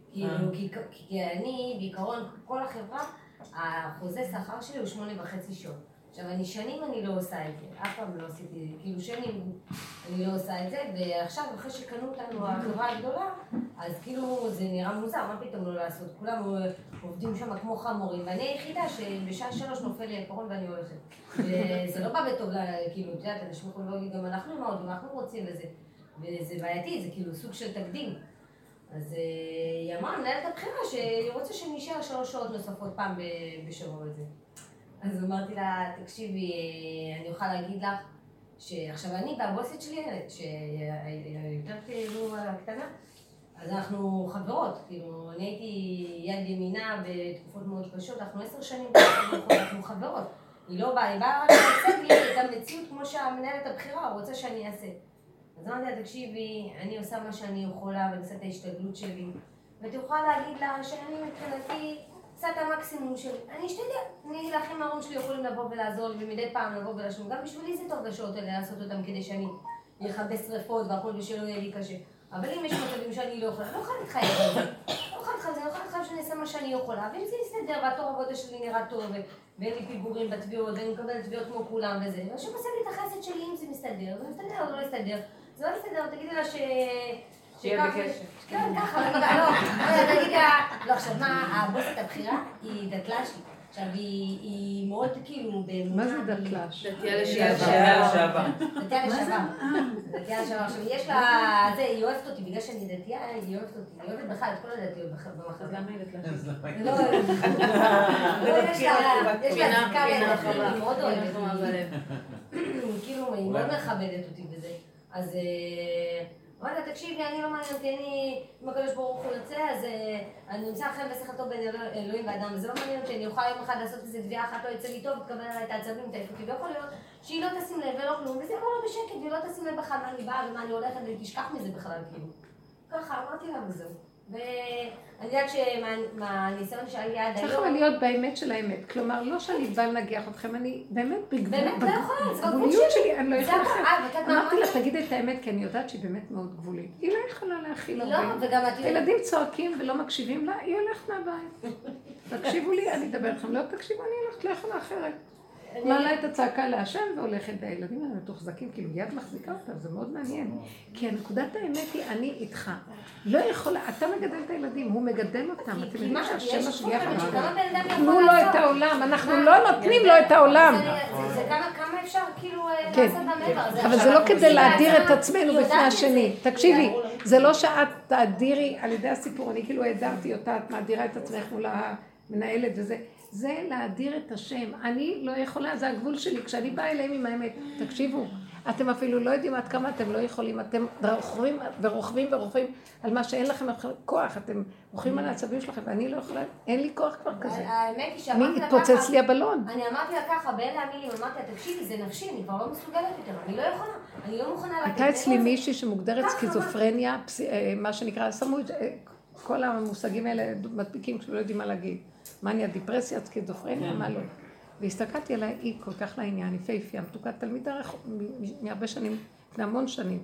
כי אני, בעיקרון, כל החברה, החוזה שכר שלי הוא 8.5 שעות. עכשיו, שנים אני לא עושה את זה, אף פעם לא עשיתי, כאילו שנים אני לא עושה את זה, ועכשיו, אחרי שקנו אותנו החברה הגדולה, אז כאילו זה נראה מוזר, מה פתאום לא לעשות? כולם עובדים שם כמו חמורים, ואני היחידה שבשעה 3 נופל לי הפרון ואני הולכת. וזה לא בא בטוב, כאילו, את יודעת, אנשים יכולים להגיד, גם אנחנו מאוד, גם אנחנו רוצים לזה, וזה בעייתי, זה כאילו סוג של תקדים. אז היא אמרה, מנהלת הבחירה, שהיא רוצה שנשאר 3 שעות נוספות פעם בשבוע הזה. אז אמרתי לה, תקשיבי, אני אוכל להגיד לך שעכשיו אני והבוסית שלי, שהיא יותר כאילו קטנה, אז אנחנו חברות, כאילו, אני הייתי יד ימינה בתקופות מאוד קשות, אנחנו 10 שנים, אנחנו חברות. היא לא באה, היא באה רק לצאת לי את המציאות כמו שהמנהלת הבחירה רוצה שאני אעשה. אז אמרתי לה, תקשיבי, אני עושה מה שאני יכולה ואני עושה את ההשתדלות שלי, ותוכל להגיד לה שאני מבחינתי עושה את המקסימום שלי. אני אשתדל, אני לאחים ההורים שלי יכולים לבוא ולעזור לי, ומדי פעם לבוא ולשום. גם בשבילי זה טוב לשעות האלה לעשות אותם כדי שאני אכבה שריפות והכל ושלא יהיה לי קשה. אבל אם יש מצבים שאני לא יכולה, אני לא יכולה להתחייב על זה. לא יכולה להתחייב שאני אעשה מה שאני יכולה, ואם זה יסתדר והתור עבודה שלי נראה טוב, ואין לי פיגורים בתביעות, ואני מקבלת תביעות כמו כולם וזה, אז שעושה לי את החסד שלי אם זה מסתדר, זה מסתדר או לא מסתדר. זה לא מסתדר, תגידי לה שיהיה בקשר. כן, ככה, לא, תגידי לה, לא, עכשיו מה, הבוסית הבחירה היא דתל"שית. עכשיו היא מאוד כאילו מה זה דתל"ש? דתייה לשעבר. דתייה לשעבר. עכשיו יש לה, זה, היא אוהבת אותי, בגלל שאני דתייה, היא אוהבת אותי. היא אוהבת בכלל את כל הדתיות במחלקה. אז למה היא דתל"שית? לא, יש לה זיקה לדתיות, היא מאוד אוהבת. כאילו, היא מאוד מכבדת אותי בזה. אז אמרתי, תקשיבי, אני לא מעניין אותי, אם הקדוש ברוך הוא יוצא, אז אני נמצא אחרי בשכל טוב בין אלוהים ואדם, וזה לא מעניין אותי, אני אוכל יום אחד לעשות איזה תביעה אחת, לא יצא לי טוב, תקבל עליי את העצבים, תעיף אותי, ויכול להיות שהיא לא תשים לב ולא כלום, וזה יבוא לה בשקט, והיא לא תשים לב בכלל מה אני באה ומה אני הולכת, ותשכח מזה בכלל, כאילו. ככה, אמרתי לה וזהו. ואני יודעת שמהניסיון שהיה לי עד היום... צריך להיות באמת של האמת. כלומר, לא שאני באה לנגח אתכם, אני באמת בגבוליות שלי, אני לא יכולה אחרת. אמרתי לה, תגידי את האמת, כי אני יודעת שהיא באמת מאוד גבולית. היא לא יכולה להכיל הרבה. הילדים צועקים ולא מקשיבים לה, היא הולכת מהבית. תקשיבו לי, אני אדבר לכם. לא תקשיבו, אני הולכת, לא יכולה אחרת. מעלה את הצעקה להשם והולכת, והילדים האלה מתוחזקים, כאילו יד מחזיקה אותם, זה מאוד מעניין. כי הנקודת האמת היא, אני איתך. לא יכולה, אתה מגדל את הילדים, הוא מגדל אותם, אתם יודעים שהשם משגיח אותם. תנו לו את העולם, אנחנו לא נותנים לו את העולם. זה כמה אפשר כאילו לעשות במעבר. אבל זה לא כדי להדיר את עצמנו בפני השני. תקשיבי, זה לא שאת תאדירי על ידי הסיפור, אני כאילו הדרתי אותה, את מאדירה את עצמך מול המנהלת וזה. זה להדיר את השם. אני לא יכולה, זה הגבול שלי. כשאני באה אליהם עם האמת, תקשיבו, אתם אפילו לא יודעים עד כמה אתם לא יכולים, אתם רוכבים על מה שאין לכם כוח, אתם רוכבים על העצבים שלכם, ואני לא יכולה, אין לי כוח כבר כזה. האמת היא שאמרתי לה ככה, התפוצץ לי הבלון. אני אמרתי לה ככה, באלה המילים, אמרתי לה, תקשיבי, זה נפשי, אני כבר לא מסוגלת יותר, אני לא יכולה, אני לא מוכנה לתת. הייתה אצלי מישהי שמוגדרת סקיזופרניה, מה שנקרא, שמו כל המושגים האלה מדביקים כשלא יודעים מה להגיד. מניה, דיפרסיה, סקיזופרניה, מה לא. והסתכלתי עליה, היא כל כך לעניין, היא פייפיה, מתוקת תלמידה מהרבה שנים, מהמון שנים.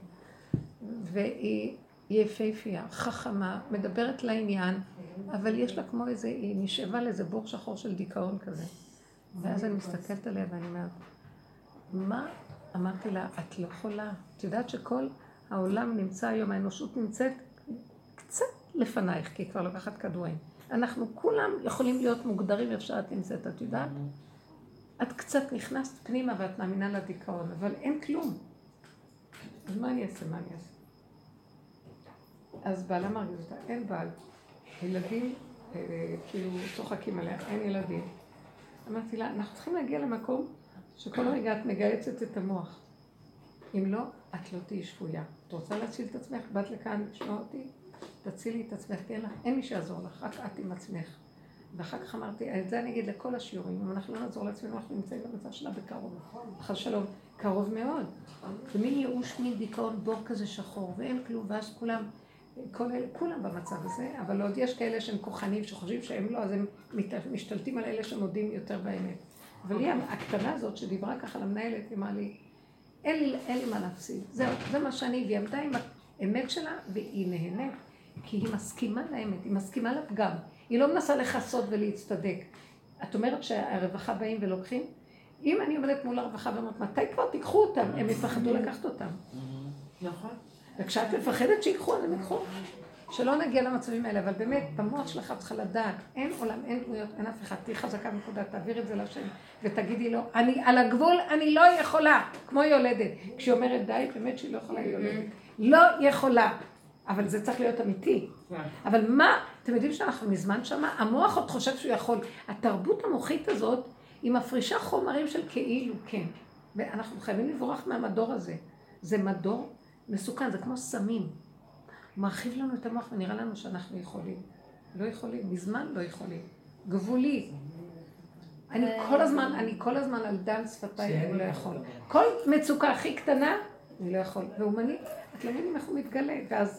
והיא פייפיה, חכמה, מדברת לעניין, אבל יש לה כמו איזה, היא נשאבה לאיזה בור שחור של דיכאון כזה. ואז אני מסתכלת עליה ואני אומרת, מה? אמרתי לה, את לא יכולה. את יודעת שכל העולם נמצא היום, האנושות נמצאת קצת לפנייך, כי היא כבר לוקחת כדורים. אנחנו כולם יכולים להיות מוגדרים איפה שאת נמצאת, את יודעת? את קצת נכנסת פנימה ואת מאמינה לדיכאון, אבל אין כלום. אז מה אני אעשה? אז בעלה מרגיז אותה, אין בעל. ילדים, כאילו, צוחקים עליה, אין ילדים. אמרתי לה, אנחנו צריכים להגיע למקום שכל רגע את מגייצת את המוח. אם לא, את לא תהיי שפויה. את רוצה להציל את עצמך? באת לכאן לשמוע אותי? תצילי את עצמך, אין מי שיעזור לך, רק את עם עצמך. ואחר כך אמרתי, את זה אני אגיד לכל השיעורים, אם אנחנו לא נעזור לעצמנו, אנחנו נמצאים במצב שלה בקרוב. חס שלום, קרוב מאוד. זה מין ייאוש, מין דיכאון, בור כזה שחור, ואין כלום, ואז כולם במצב הזה, אבל עוד יש כאלה שהם כוחנים, שחושבים שהם לא, אז הם משתלטים על אלה שמודים יותר באמת. אבל היא הקטנה הזאת שדיברה ככה למנהלת, היא אמרה לי, אין לי מה להפסיד. זהו, זה מה שאני, והיא עמדה עם האמת שלה, והיא נהנית, כי היא מסכימה לאמת, היא מסכימה לפגם. היא לא מנסה לחסות ולהצטדק. את אומרת שהרווחה באים ולוקחים? אם אני עומדת מול הרווחה ואומרת, מתי כבר תיקחו אותם? הם יפחדו לקחת אותם. נכון. וכשאת מפחדת שיקחו, אז הם יקחו. שלא נגיע למצבים האלה, אבל באמת, במוח שלך צריכה לדעת, אין עולם, אין דמויות, אין אף אחד, תהי חזקה נקודה, תעביר את זה לשם, ותגידי לו, אני על הגבול, אני לא יכולה, כמו יולדת. כשהיא אומרת די, באמת שהיא לא יכולה, היא יולדת. לא יכולה, אבל זה צריך להיות אמיתי. אבל מה, אתם יודעים שאנחנו מזמן שמה, המוח עוד חושב שהוא יכול. התרבות המוחית הזאת, היא מפרישה חומרים של כאילו, כן. ואנחנו חייבים לברוח מהמדור הזה. זה מדור מסוכן, זה כמו סמים. הוא מרחיב לנו את המוח ונראה לנו שאנחנו יכולים. לא יכולים, מזמן לא יכולים. גבולי. אני כל הזמן על דל שפתיי, אני לא יכול. כל מצוקה הכי קטנה, אני לא יכול. והומני, את לא מבינים איך הוא מתגלה. ואז,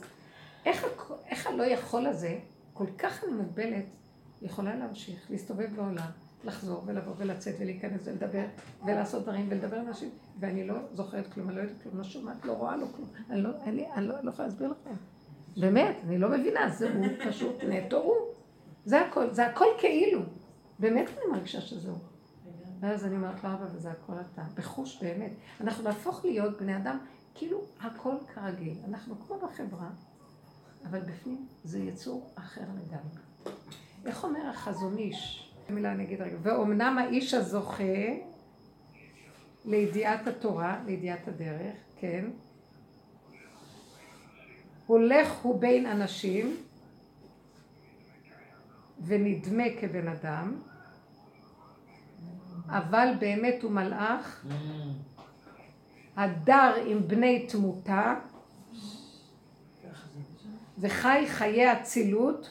איך הלא יכול הזה, כל כך אני מוגבלת, יכולה להמשיך, להסתובב בעולם, לחזור ולבוא ולצאת ולהיכנס ולדבר ולעשות דברים ולדבר עם אנשים, ואני לא זוכרת כלום, אני לא יודעת כלום, לא שומעת, לא רואה, לא כלום. אני לא יכולה להסביר לכם. באמת, אני לא מבינה, זהו פשוט נטו הוא. זה הכל כאילו. באמת אני מרגישה שזהו. ואז אני אומרת לו, אבא, וזה הכל אתה. בחוש באמת. אנחנו נהפוך להיות בני אדם, כאילו הכל כרגיל. אנחנו כמו בחברה, אבל בפנים זה יצור אחר לגמרי. איך אומר החזון איש? מילה אני אגיד רגע. ואומנם האיש הזוכה לידיעת התורה, לידיעת הדרך, כן? הולך הוא בין אנשים ונדמה כבן אדם, אבל באמת הוא מלאך, הדר עם בני תמותה, וחי חיי אצילות,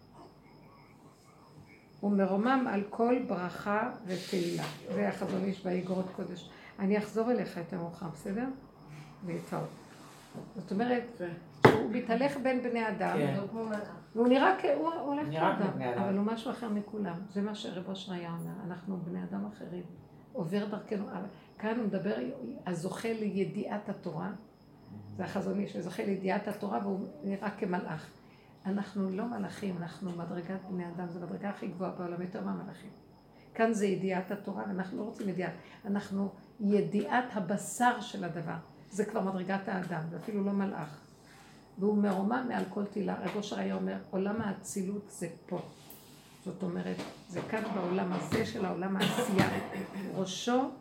ומרומם על כל ברכה ותהילה. זה החזון איש באגרות קודש. אני אחזור אליך יותר מאוחר, בסדר? להתראות. זאת אומרת, הוא מתהלך בין בני אדם, והוא נראה הוא הולך כאדם, אבל הוא משהו אחר מכולם. זה מה שרב אושר היה אומר, אנחנו בני אדם אחרים. עובר דרכנו, כאן הוא מדבר, הזוכה לידיעת התורה, זה החזון איש, הזוכה לידיעת התורה, והוא נראה כמלאך. אנחנו לא מלאכים, אנחנו מדרגת בני אדם, זו מדרגה הכי גבוהה בעולם, יותר מהמלאכים. כאן זה ידיעת התורה, ואנחנו לא רוצים ידיעת, אנחנו ידיעת הבשר של הדבר. זה כבר מדרגת האדם, זה אפילו לא מלאך. והוא מרומם מעל כל תהילה. רב אושר היה אומר, עולם האצילות זה פה. זאת אומרת, זה כאן בעולם הזה של העולם העשייה. ראשו,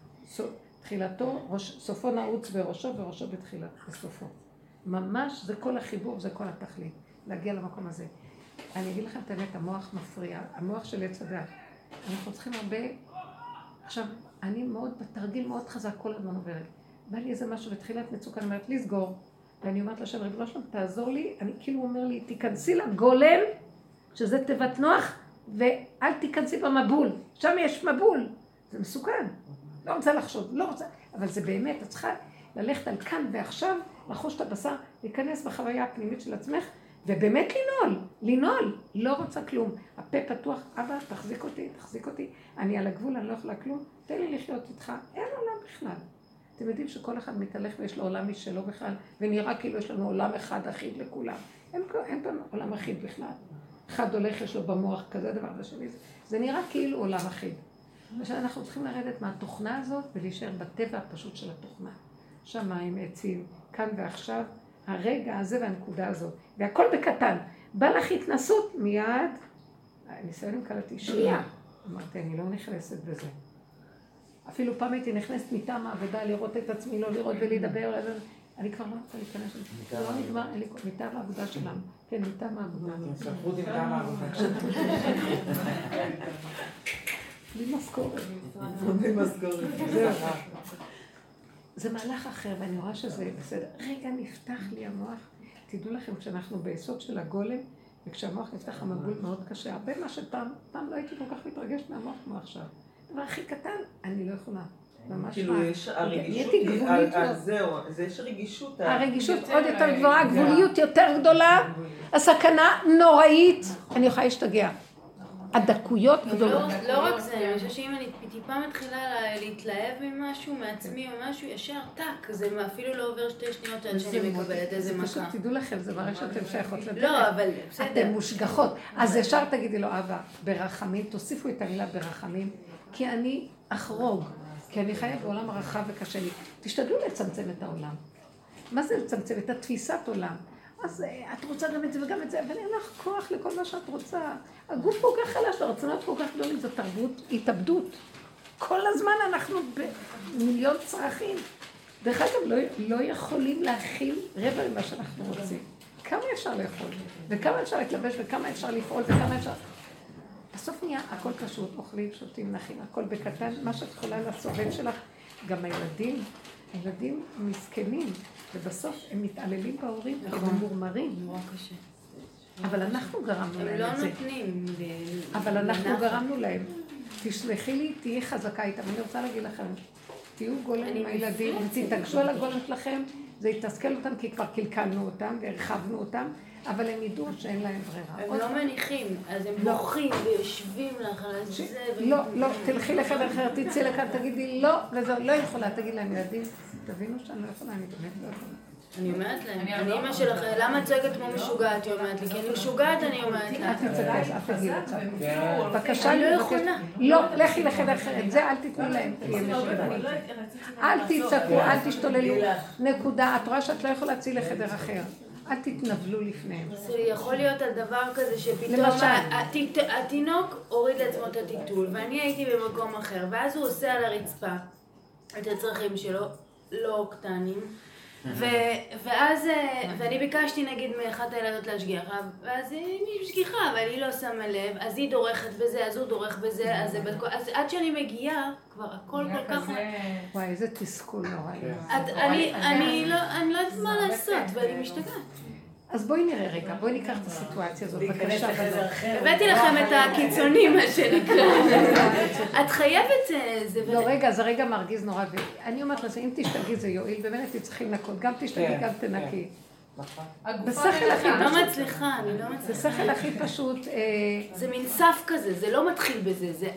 תחילתו, סופו נעוץ בראשו, וראשו בתחילת, בסופו. ממש זה כל החיבור, זה כל התכלית. להגיע למקום הזה. אני אגיד לכם את האמת, המוח מפריע, המוח של עץ הדת. אנחנו צריכים הרבה... עכשיו, אני מאוד, בתרגיל מאוד חזק, כל הזמן עוברת. בא לי איזה משהו בתחילת מצוקה, אני אומרת, לסגור. ואני אומרת לשם, רב ראשון, תעזור לי, אני כאילו אומר לי, תיכנסי לגולם, שזה תיבת נוח, ואל תיכנסי במבול. שם יש מבול. זה מסוכן. לא רוצה לחשוב, לא רוצה... אבל זה באמת, את צריכה ללכת על כאן ועכשיו, לחוש את הבשר, להיכנס בחוויה הפנימית של עצמך, ובאמת לנעול, לא רוצה כלום. הפה פתוח, אבא, תחזיק אותי, אני על הגבול, אני לא יכולה כלום, תן לי לחיות איתך, אין עולם בכלל. אתם יודעים שכל אחד מתהלך ויש לו עולם משלו בכלל, ונראה כאילו יש לנו עולם אחד אחיד לכולם. אין פה עולם אחיד בכלל. אחד הולך, יש לו במוח כזה דבר ושני, זה נראה כאילו עולם אחיד. ושאנחנו צריכים לרדת מהתוכנה הזאת ולהישאר בטבע הפשוט של התוכנה. שמיים, עצים, כאן ועכשיו, הרגע הזה והנקודה הזאת. והכל בקטן. בא לך התנסות מיד, הניסיון עם קלטי, שנייה. אמרתי, אני לא נכנסת בזה. אפילו פעם הייתי נכנסת מטעם העבודה לראות את עצמי, לא לראות ולהידבר, אני כבר לא רוצה להיכנס לזה. זה לא נגמר, מטעם העבודה שלנו. כן, מטעם העבודה. סמכות עם טעם העבודה. בלי משכורת. בלי משכורת. זה מהלך אחר, ואני רואה שזה בסדר. רגע, נפתח לי המוח, תדעו לכם, כשאנחנו ביסוד של הגולם, וכשהמוח נפתח המבול מאוד קשה, הרבה מה שפעם לא הייתי כל כך מתרגשת מהמוח כמו עכשיו. אבל הכי קטן, אני לא יכולה. ממש כאילו יש הרגישות, זה יש רגישות. הרגישות עוד יותר גבוהה, הגבוליות יותר גדולה, הסכנה נוראית, אני יכולה להשתגע. הדקויות גדולות. לא רק זה, אני חושבת שאם אני טיפה מתחילה להתלהב ממשהו, מעצמי או משהו, ישר טק, זה אפילו לא עובר 2 שניות עד שאני מקבלת איזה מכה. פשוט תדעו לכם, זה מראה שאתם שייכות לדרך. לא, אבל בסדר. אתם מושגחות. אז ישר תגידי לו, אבא, ברחמים, תוסיפו את המילה ברחמים, כי אני אחרוג, כי אני חיה בעולם הרחב וקשה לי. תשתדלו לצמצם את העולם. מה זה לצמצם? את התפיסת עולם. אז את רוצה גם את זה וגם את זה, אבל אין לך כוח לכל מה שאת רוצה. הגוף כל כך חלש, הרצונות כל כך גדולים, זו תרבות, התאבדות. כל הזמן אנחנו במיליון צרכים. דרך אגב, לא יכולים להכיל רבע ממה שאנחנו רוצים. כמה אפשר לאכול, וכמה אפשר להתלבש, וכמה אפשר לפעול, וכמה אפשר... בסוף נהיה הכל פשוט, אוכלים, שותים, נחים, הכל בקטן, מה שאת יכולה לסובב שלך, גם הילדים מסכנים, ובסוף הם מתעללים בהורים, כי הם מורמרים. נורא קשה. אבל אנחנו גרמנו להם את זה. הם לא נותנים. אבל אנחנו גרמנו להם. תשלחי לי, תהיי חזקה איתם. אני רוצה להגיד לכם, תהיו גולם עם הילדים, תתעקשו על הגולם שלכם, זה יתסכל אותם כי כבר קלקלנו אותם והרחבנו אותם, אבל הם ידעו שאין להם ברירה. הם לא מניחים, אז הם בוכים ויושבים לך על זה. לא, תלכי לחדר אחר, תצאי לכאן, תגידי לא, וזהו, לא יכולה, תגיד להם ילדים, תבינו שאני לא יכולה, אני באמת לא יכולה. אני אומרת להם, אני אמא שלך, למה את צועקת כמו משוגעת? היא אומרת לי, כי אני משוגעת, אני אומרת לה. אל תצעקי, אל תגידי את זה. בבקשה, אני לא יכולה. לא, לכי לחדר אחר, את זה אל תתנו להם. אל תצעקו, אל תשתוללו. נקודה, את רואה שאת לא יכולה להציל לחדר אחר. אל תתנבלו לפניהם. זה יכול להיות על דבר כזה שפתאום התינוק הוריד לעצמו את הטיטול, ואני הייתי במקום אחר, ואז הוא עושה על הרצפה את הצרכים שלו, לא קטנים. ואז, ואני ביקשתי נגיד מאחת הילדות להשגיח, ואז היא משגיחה, אבל היא לא שמה לב, אז היא דורכת בזה, אז הוא דורך בזה, אז עד שאני מגיעה, כבר הכל כל כך... וואי, איזה תסכול נורא. אני לא יודעת מה לעשות, ואני משתגעת. אז בואי נראה רגע, בואי ניקח את הסיטואציה הזאת, בבקשה. הבאתי לכם את הקיצונים, מה שנקרא. את חייבת זה... לא, רגע, זה רגע מרגיז נורא. אני אומרת לזה, אם תשתגעי זה יועיל, באמת תצטרכי לנקות, גם תשתגעי, גם תנקי. בשכל הכי פשוט. לא מצליחה, אני לא מצליחה. בשכל הכי פשוט... זה מין סף כזה, זה לא מתחיל בזה, זה...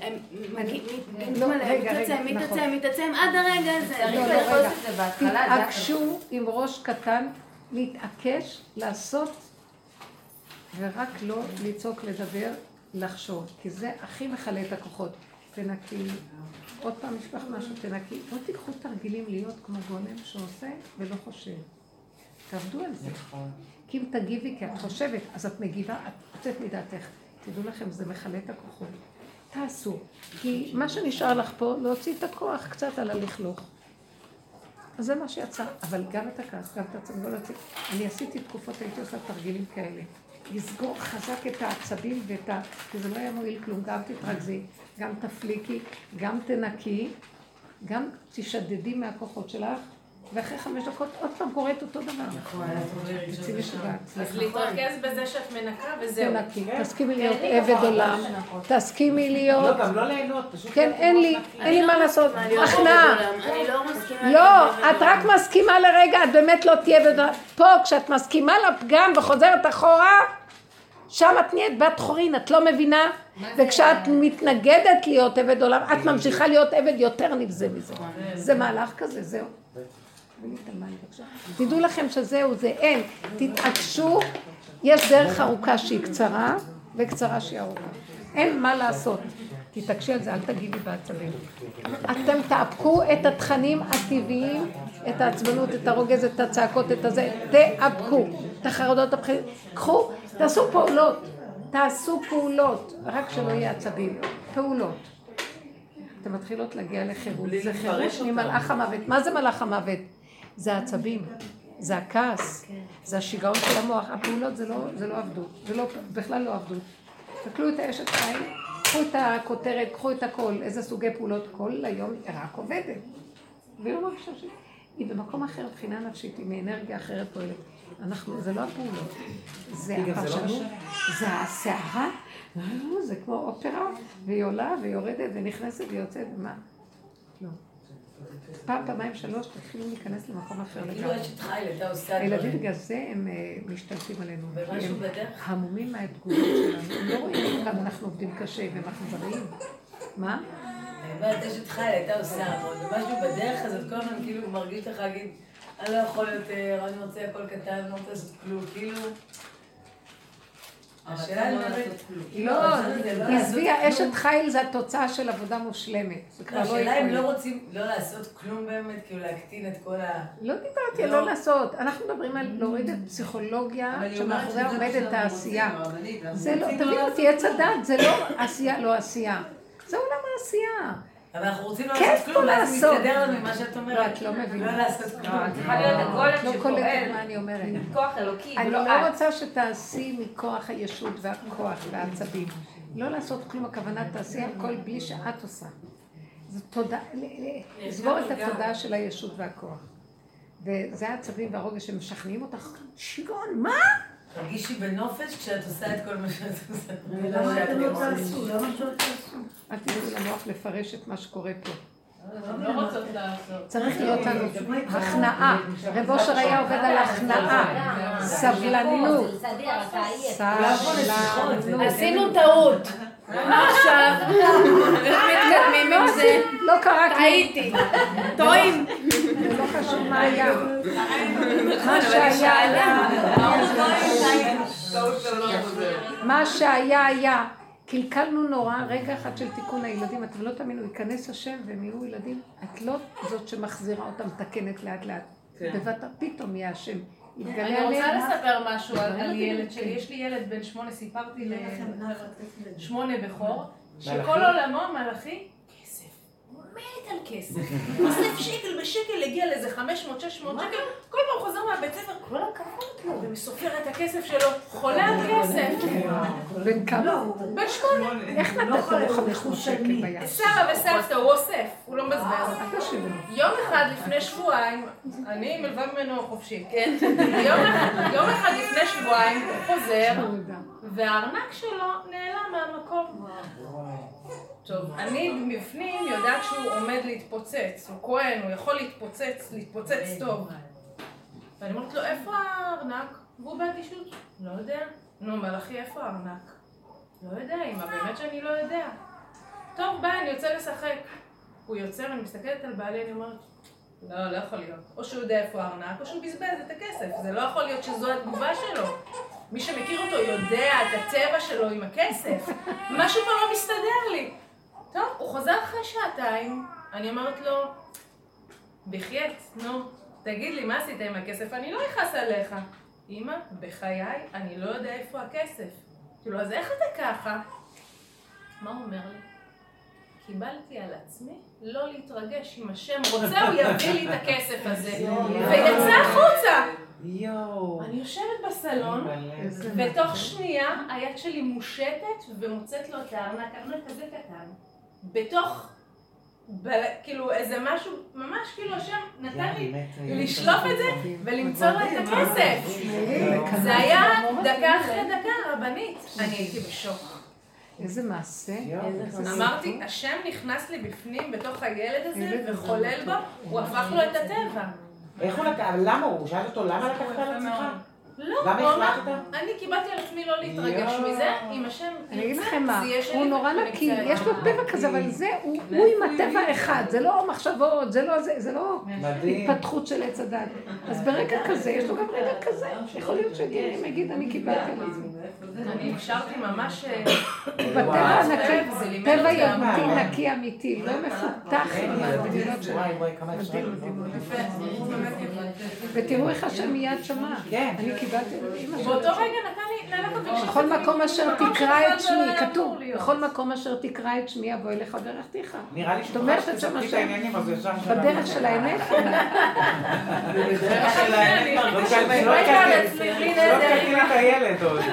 מתעצם, עד הרגע הזה. תתעקשו עם ראש קטן, להתעקש, לעשות, ורק לא לצעוק, לדבר, לחשוב, כי זה הכי מכלה את הכוחות. תנקי, עוד פעם משפח משהו, תנקי, לא תיקחו תרגילים להיות כמו גולם שעושה ולא חושב. תעבדו על זה. כי אם תגיבי כי את חושבת, אז את מגיבה, את יוצאת מדעתך. תדעו לכם, זה מכלה את הכוחות. תעשו, כי מה שנשאר לך פה, להוציא את הכוח קצת על הלכלוך. אז זה מה שיצא, אבל גם את הכעס, גם את העצבים, לא להוציא. אני עשיתי תקופות, הייתי עושה תרגילים כאלה. לסגור חזק את העצבים כי זה לא היה מועיל כלום, גם תתרכזי, גם תפליקי, גם תנקי, גם תשדדי מהכוחות שלך, ואחרי 5 דקות עוד פעם קוראת אותו דבר. נכון, תצאי משוגעת. אז להתרכז בזה שאת מנקה וזהו. תנקי, תסכימי להיות עבד עולם, תסכימי להיות... לא, גם לא ליהנות, פשוט... כן, אין לי מה לעשות, הכנעה. אני לא מסכימה... לא, את רק מסכימה לרגע, את באמת לא תהיה עבד עולם. פה, כשאת מסכימה לפגם וחוזרת אחורה, שם את נהיית בת חורין, את לא מבינה? וכשאת מתנגדת להיות עבד עולם, את ממשיכה להיות עבד יותר נבזה מזה. זה מהלך כזה, זהו. תדעו לכם שזהו, זה אין. תתעקשו, יש דרך ארוכה שהיא קצרה, וקצרה שהיא ארוכה. אין מה לעשות. תתעקשי על זה, אל תגידי בעצבים. אתם תאפקו את התכנים הטבעיים, את העצבנות, את הרוגז, את הצעקות, את הזה, תאפקו. את החרדות הבחירות. קחו, תעשו פעולות, רק שלא יהיה עצבים. פעולות. אתם מתחילות להגיע לחירות. זה חירות ממלאך המוות. מה זה מלאך המוות? זה העצבים, זה הכעס, זה השיגעון של המוח. הפעולות זה לא עבדות, זה בכלל לא עבדות. תקלו את האשת חיים, קחו את הכותרת, קחו את הכל, איזה סוגי פעולות, כל היום רק עובדת. והיא לא מרגישה שהיא במקום אחר, בחינה נפשית, היא מאנרגיה אחרת פועלת. זה לא הפעולות, זה הפרשנות, זה הסערה, זה כמו אופרה, והיא עולה ויורדת ונכנסת ויוצאת, ומה? לא. פעמיים, 3, תתחילו להיכנס למקום אחר לגמרי. כאילו אשת חיל, אתה עושה דברים. הילדים בגלל זה הם משתלטים עלינו. ומשהו בדרך? המומים מהתגובות שלנו. הם לא רואים כמה אנחנו עובדים קשה והם מחוברים. מה? את אשת חיל, הייתה עושה המון. ומשהו בדרך הזאת, כל הזמן כאילו מרגיש לך להגיד, אני לא יכול יותר, אני רוצה הכל קטן, אני לא רוצה לעשות כלום, כאילו... השאלה היא לא, עזבי, אשת חיל זה התוצאה של עבודה מושלמת. השאלה אם לא רוצים לא לעשות כלום באמת, כאילו להקטין את כל ה... לא דיברתי על לא לעשות, אנחנו מדברים על להוריד את פסיכולוגיה שמאחוריה עומדת העשייה. זה לא, תבינו אותי, עץ הדת, זה לא עשייה, לא עשייה. זה עולם העשייה. אבל אנחנו רוצים לא לעשות כלום, ואז זה מסתדר לנו ממה שאת אומרת. לא, את לא מבינה. לא לעשות כלום. צריכה להיות הגולם לא שפועל. קולטת מה אני אומרת. כוח אלוקי, אני ולא לא את. רוצה שתעשי מכוח הישות והכוח והעצבים. לא לעשות כלום, הכוונה תעשי הכל בלי שאת עושה. זו תודעה, לסגור את התודעה של הישות והכוח. וזה העצבים והרוגש שמשכנעים אותך, שיגעון, מה? תרגישי בנופש כשאת עושה את כל מה שאת עושה. למה אתם לא תעשו? למה שלא תעשו? אל תיתנו למוח לפרש את מה שקורה פה. לא רוצות לעשות. צריך להיות לנו הכנעה. רב אושר היה עובד על הכנעה, סבלנות. סבלנות. עשינו טעות. מה עכשיו? איך מתקדמים עם זה? לא קרה כלום. טעיתי. טועים. זה לא חשוב מה היה. מה שהיה היה. מה שהיה היה. קלקלנו נורא, רגע אחד של תיקון הילדים, אתם לא תאמינו, ייכנס השם והם יהיו ילדים, את לא זאת שמחזירה אותם, תקנת לאט לאט. בבת פתאום יהיה השם. אני רוצה לספר משהו על ילד שלי, יש לי ילד בן 8, סיפרתי ל8 בכור, שכל עולמו מלאכי, כסף. הוא מת על כסף. אוסף שקל בשקל, הגיע לאיזה 500-600 שקל, כל פעם חוזר מהבית ספר, כל הכבוד לו, ומסופר את הכסף שלו, חולה על כסף. בן כמה? בן 8. איך נתת לו 500 שקל ביד? סבא וסבתא, הוא אוסף, הוא לא מבזבז. יום אחד לפני שבועיים, אני מלווה ממנו חופשי, כן? יום אחד לפני שבועיים הוא חוזר, והארנק שלו נעלם מהמקום. טוב, אני מבפנים יודעת שהוא עומד להתפוצץ, הוא כהן, הוא יכול להתפוצץ טוב. ואני אומרת לו, איפה הארנק? והוא באדישות, לא יודע. נו, מלאכי, איפה הארנק? לא יודע, אמא, באמת שאני לא יודע. טוב, ביי, אני יוצא לשחק. הוא יוצא, אני מסתכלת על בעלי, אני אומרת, לא יכול להיות. או שהוא יודע איפה הארנק, או שהוא בזבז את הכסף. זה לא יכול להיות שזו התגובה שלו. מי שמכיר אותו יודע את הטבע שלו עם הכסף. משהו פה לא מסתדר לי. טוב, הוא חוזר אחרי 2 אני אומרת לו, בחייאת, נו, תגיד לי, מה עשית עם הכסף? אני לא אכעס עליך. אמא, בחיי, אני לא יודע איפה הכסף. כאילו, אז איך אתה ככה? מה הוא אומר לי? קיבלתי על עצמי לא להתרגש. אם השם רוצה, הוא יביא לי את הכסף הזה. ויצא החוצה. אני יושבת בסלון, ותוך שנייה היד שלי מושטת ומוצאת לו את הארנק, ארנק כזה קטן. בתוך, כאילו איזה משהו, ממש כאילו השם נתן לי לשלוף את זה ולמצוא לו את הכסף. זה היה דקה אחרי דקה, רבנית. אני הייתי בשוק. איזה מעשה. אמרתי, השם נכנס לי בפנים בתוך הילד הזה וחולל בו, הוא הפך לו את הטבע. איך הוא לקח? למה הוא? שאלת אותו, למה לקחת על עצמך? לא, למה החלטת? אני קיבלתי על עצמי לא להתרגש מזה, אם השם אני אגיד ירצה, לכם מה, זה יהיה שלי. הוא נורא נקי, יש לו טבע כזה, אבל זה, הוא עם הטבע אחד, זה לא מחשבות, זה לא התפתחות של עץ הדת. אז ברגע כזה, יש לו גם רגע כזה, יכול להיות שגרים, יגיד, אני קיבלתי על עצמי. אני אפשרתי ממש... בטבע הנקי, טבע יהודי נקי אמיתי, לא מפותח עם המדינות שלנו. ותראו איך השם מיד שמע. אני קיבלתי על אמא שלי. באותו רגע נתן לי ללכת בקשת. בכל מקום אשר תקרא את שמי, כתוב, בכל מקום אשר תקרא את שמי אבוא אליך ברכתיך. נראה לי שתוכל שתצפתי את העניינים, אז ישר שלנו. בדרך של האמת. בדרך של האמת. לא קלתי את הילד עוד.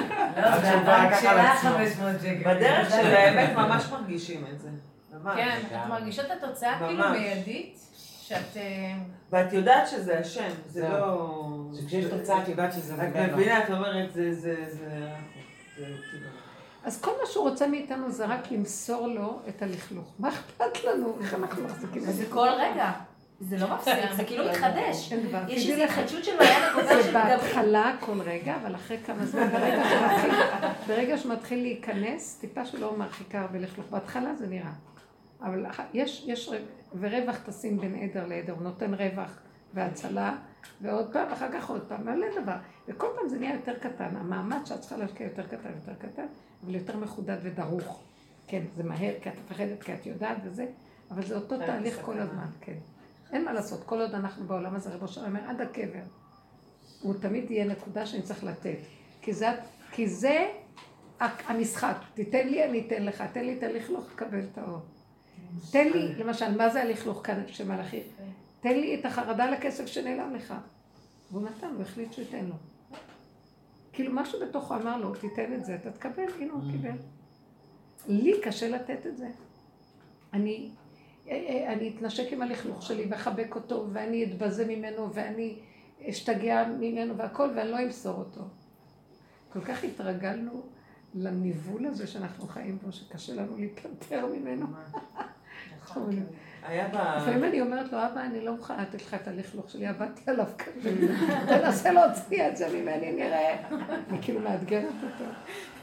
בדרך של האמת ממש מרגישים את זה. כן, את מרגישה את התוצאה כאילו מיידית, שאת... ואת יודעת שזה השם, זה לא... שכשיש תוצאה את יודעת שזה את מבינה, את אומרת, זה... אז כל מה שהוא רוצה מאיתנו זה רק למסור לו את הלכלוך. מה אכפת לנו? איך אנחנו מחזיקים? זה כל רגע. זה לא מפסיק, זה כאילו מתחדש. אין דבר. יש איזו התחדשות של מעיין הגובר זה בהתחלה כל רגע, אבל אחרי כמה זמן, ברגע שמתחיל להיכנס, טיפה שלא מרחיקה הרבה לכלוך. בהתחלה זה נראה. אבל יש ורווח תשים בין עדר לעדר, הוא נותן רווח והצלה, ועוד פעם, אחר כך עוד פעם, מלא דבר. וכל פעם זה נהיה יותר קטן. המאמץ שאת צריכה להשקיע יותר קטן, אבל יותר מחודד ודרוך. כן, זה מהר, כי את מפחדת, כי את יודעת וזה, אבל זה אותו תהליך כל הזמן, כן. אין מה לעשות, כל עוד אנחנו בעולם הזה, רבו שלום אומר, עד הקבר. הוא תמיד יהיה נקודה שאני צריך לתת. כי זה המשחק. תיתן לי, אני אתן לך. תן לי את הלכלוך, תקבל את האור. תן לי, למשל, מה זה הלכלוך כאן של מלאכים? תן לי את החרדה לכסף שנעלם לך. והוא נתן, הוא החליט שהוא ייתן לו. כאילו משהו בתוכו אמר לו, תיתן את זה, אתה תקבל, הנה הוא קיבל. לי קשה לתת את זה. אני אתנשק עם הלכלוך שלי ואחבק אותו, ואני אתבזה ממנו, ואני אשתגע ממנו והכל, ואני לא אמסור אותו. כל כך התרגלנו לניבול הזה שאנחנו חיים בו, שקשה לנו להיפטר ממנו. לפעמים אני אומרת לו, אבא, אני לא מוכנה לתת לך את הלכלוך שלי, עבדתי עליו כזה, תנסה להוציא את זה ממני, נראה. אני כאילו מאתגרת אותו.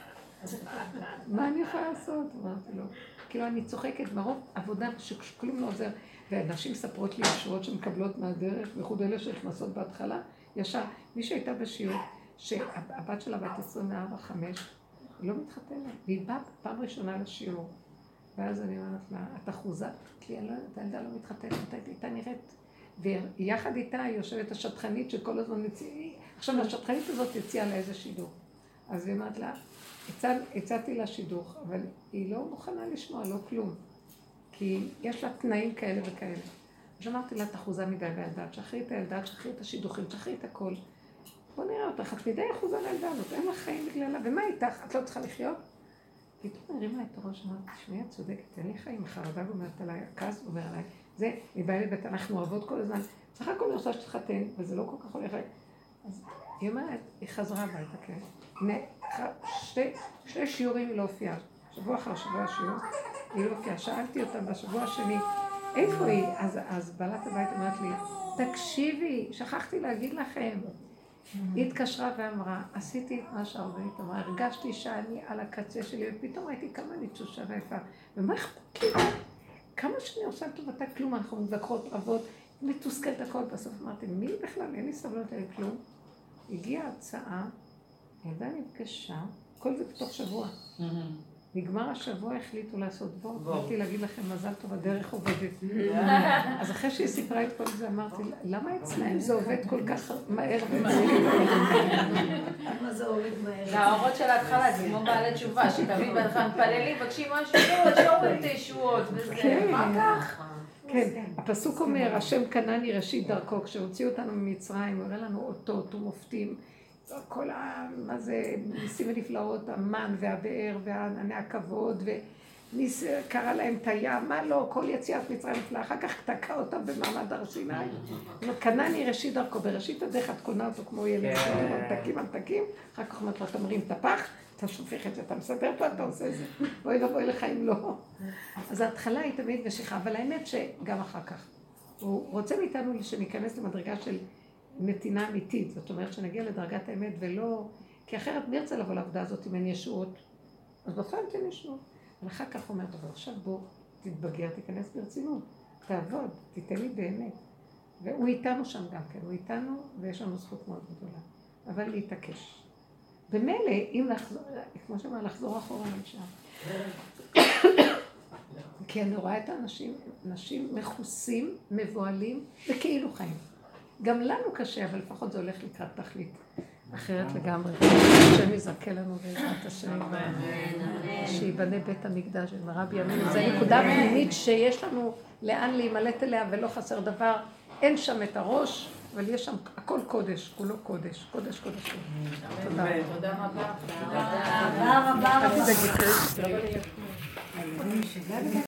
מה אני יכולה לעשות? אמרתי לו. כאילו אני צוחקת מרוב עבודה שכלום לא עוזר, ואנשים ספרות לי ישורות שמקבלות מהדרך, בייחוד אלה שנכנסות בהתחלה, ישר. מי שהייתה בשיעור, שהבת שלה בת 24-5, היא לא מתחתנת, והיא באה פעם ראשונה לשיעור. ואז אני אומרת לה, את אחוזה, כי אני לא יודעת, הילדה לא מתחתנת, הייתה נראית. ויחד איתה יושבת השטחנית שכל הזמן עכשיו השטחנית הזאת הציעה לה איזה שידור. אז היא אומרת לה, הצעתי לה שידוך, אבל היא לא מוכנה לשמוע, לא כלום. כי יש לה תנאים כאלה וכאלה. אז אמרתי לה, את אחוזה מדי בילדה, תשחררי את הילדה, תשחררי את השידוכים, תשחררי את הכל. בוא נראה אותך, את מדי אחוזה לילדה הזאת, אין לך חיים בגללה, ומה איתך? את לא צריכה לחיות? פתאום הרימה את הראש, אמרתי, תשמעי, את צודקת, אין לי חיים, החרדה גומרת עליי, הכעס גומר עליי. זה, מבעי לבית, אנחנו אוהבות כל הזמן, צריך הכל נרצה שתחתן, וזה לא כל כך הולך. אז היא אומרת, היא חזרה הביתה, כן. שני שיעורים היא לא הופיעה, שבוע אחר שבוע שיעור, היא לא הופיעה. שאלתי אותה בשבוע השני, איפה היא? אז בעלת הבית אומרת לי, תקשיבי, שכחתי להגיד לכם. היא התקשרה ואמרה, עשיתי את מה שהרבנית אמרה, הרגשתי שאני על הקצה שלי, ופתאום ראיתי כמה אני תשושה ויפה. ומה אכפת לי? כמה שאני עושה לטובתה כלום, אנחנו מתווכחות רבות, מתוסכלת הכל. בסוף אמרתי, מי בכלל? אין לי סבלנות, אין כלום. הגיעה הצעה, ילדה נפגשה, כל זה בתוך שבוע. נגמר השבוע, החליטו לעשות בור. באתי להגיד לכם, מזל טוב, הדרך עובדת. אז אחרי שהיא סיפרה את כל זה, אמרתי, למה אצלהם זה עובד כל כך מהר ומהר? למה זה עובד מהר? זה האורות של ההתחלה, זה כמו בעלי תשובה, שתמיד בהתחלה מתפללים, מבקשים משהו, שאומרים תשועות, וזה, מה כך? כן, הפסוק אומר, השם קנני ראשית דרכו, כשהוציאו אותנו ממצרים, הוא הראה לנו אותות ומופתים, כל מה זה, ניסים ונפלאות, המן והבאר והענני הכבוד, וקרא להם את הים, מה לא, כל יציאת מצרים נפלאה, אחר כך תקע אותם במעמד הר סיני. קנני ראשית דרכו, בראשית הדרך את קונה אותו כמו ילד, ממתקים, אחר כך אומרת לו, אתה מרים את הפח, אתה שופך את זה, אתה מסדר פה, אתה עושה את זה, בואי ובואי לך אם לא. אז ההתחלה היא תמיד משיכה, אבל האמת שגם אחר כך. הוא רוצה מאיתנו שניכנס למדרגה של נתינה אמיתית, זאת אומרת שנגיע לדרגת האמת ולא... כי אחרת מי ירצה לבוא לעבודה הזאת אם אין ישועות? אז בפעם תן ישועות. ואחר כך הוא אומר, אבל עכשיו בוא תתבגר, תיכנס ברצינות, תעבוד, תיתן לי באמת. והוא איתנו שם גם כן, הוא איתנו ויש לנו זכות מאוד גדולה. אבל להתעקש. במילא, אם לחזור, כמו שאומר, לחזור אחורה לשם. כי אני רואה את האנשים, אנשים מכוסים, מבועלים וכאילו חיים. גם לנו קשה, אבל לפחות זה הולך לקראת תכלית אחרת לגמרי. השם יזכה לנו בעזרת השם, שיבנה בית המקדש במהרה בימינו. זו נקודה פנימית שיש לנו לאן להימלט אליה ולא חסר דבר. אין שם את הראש, אבל יש שם הכל קודש, כולו קודש, קודש, קודש. תודה. תודה רבה. תודה רבה.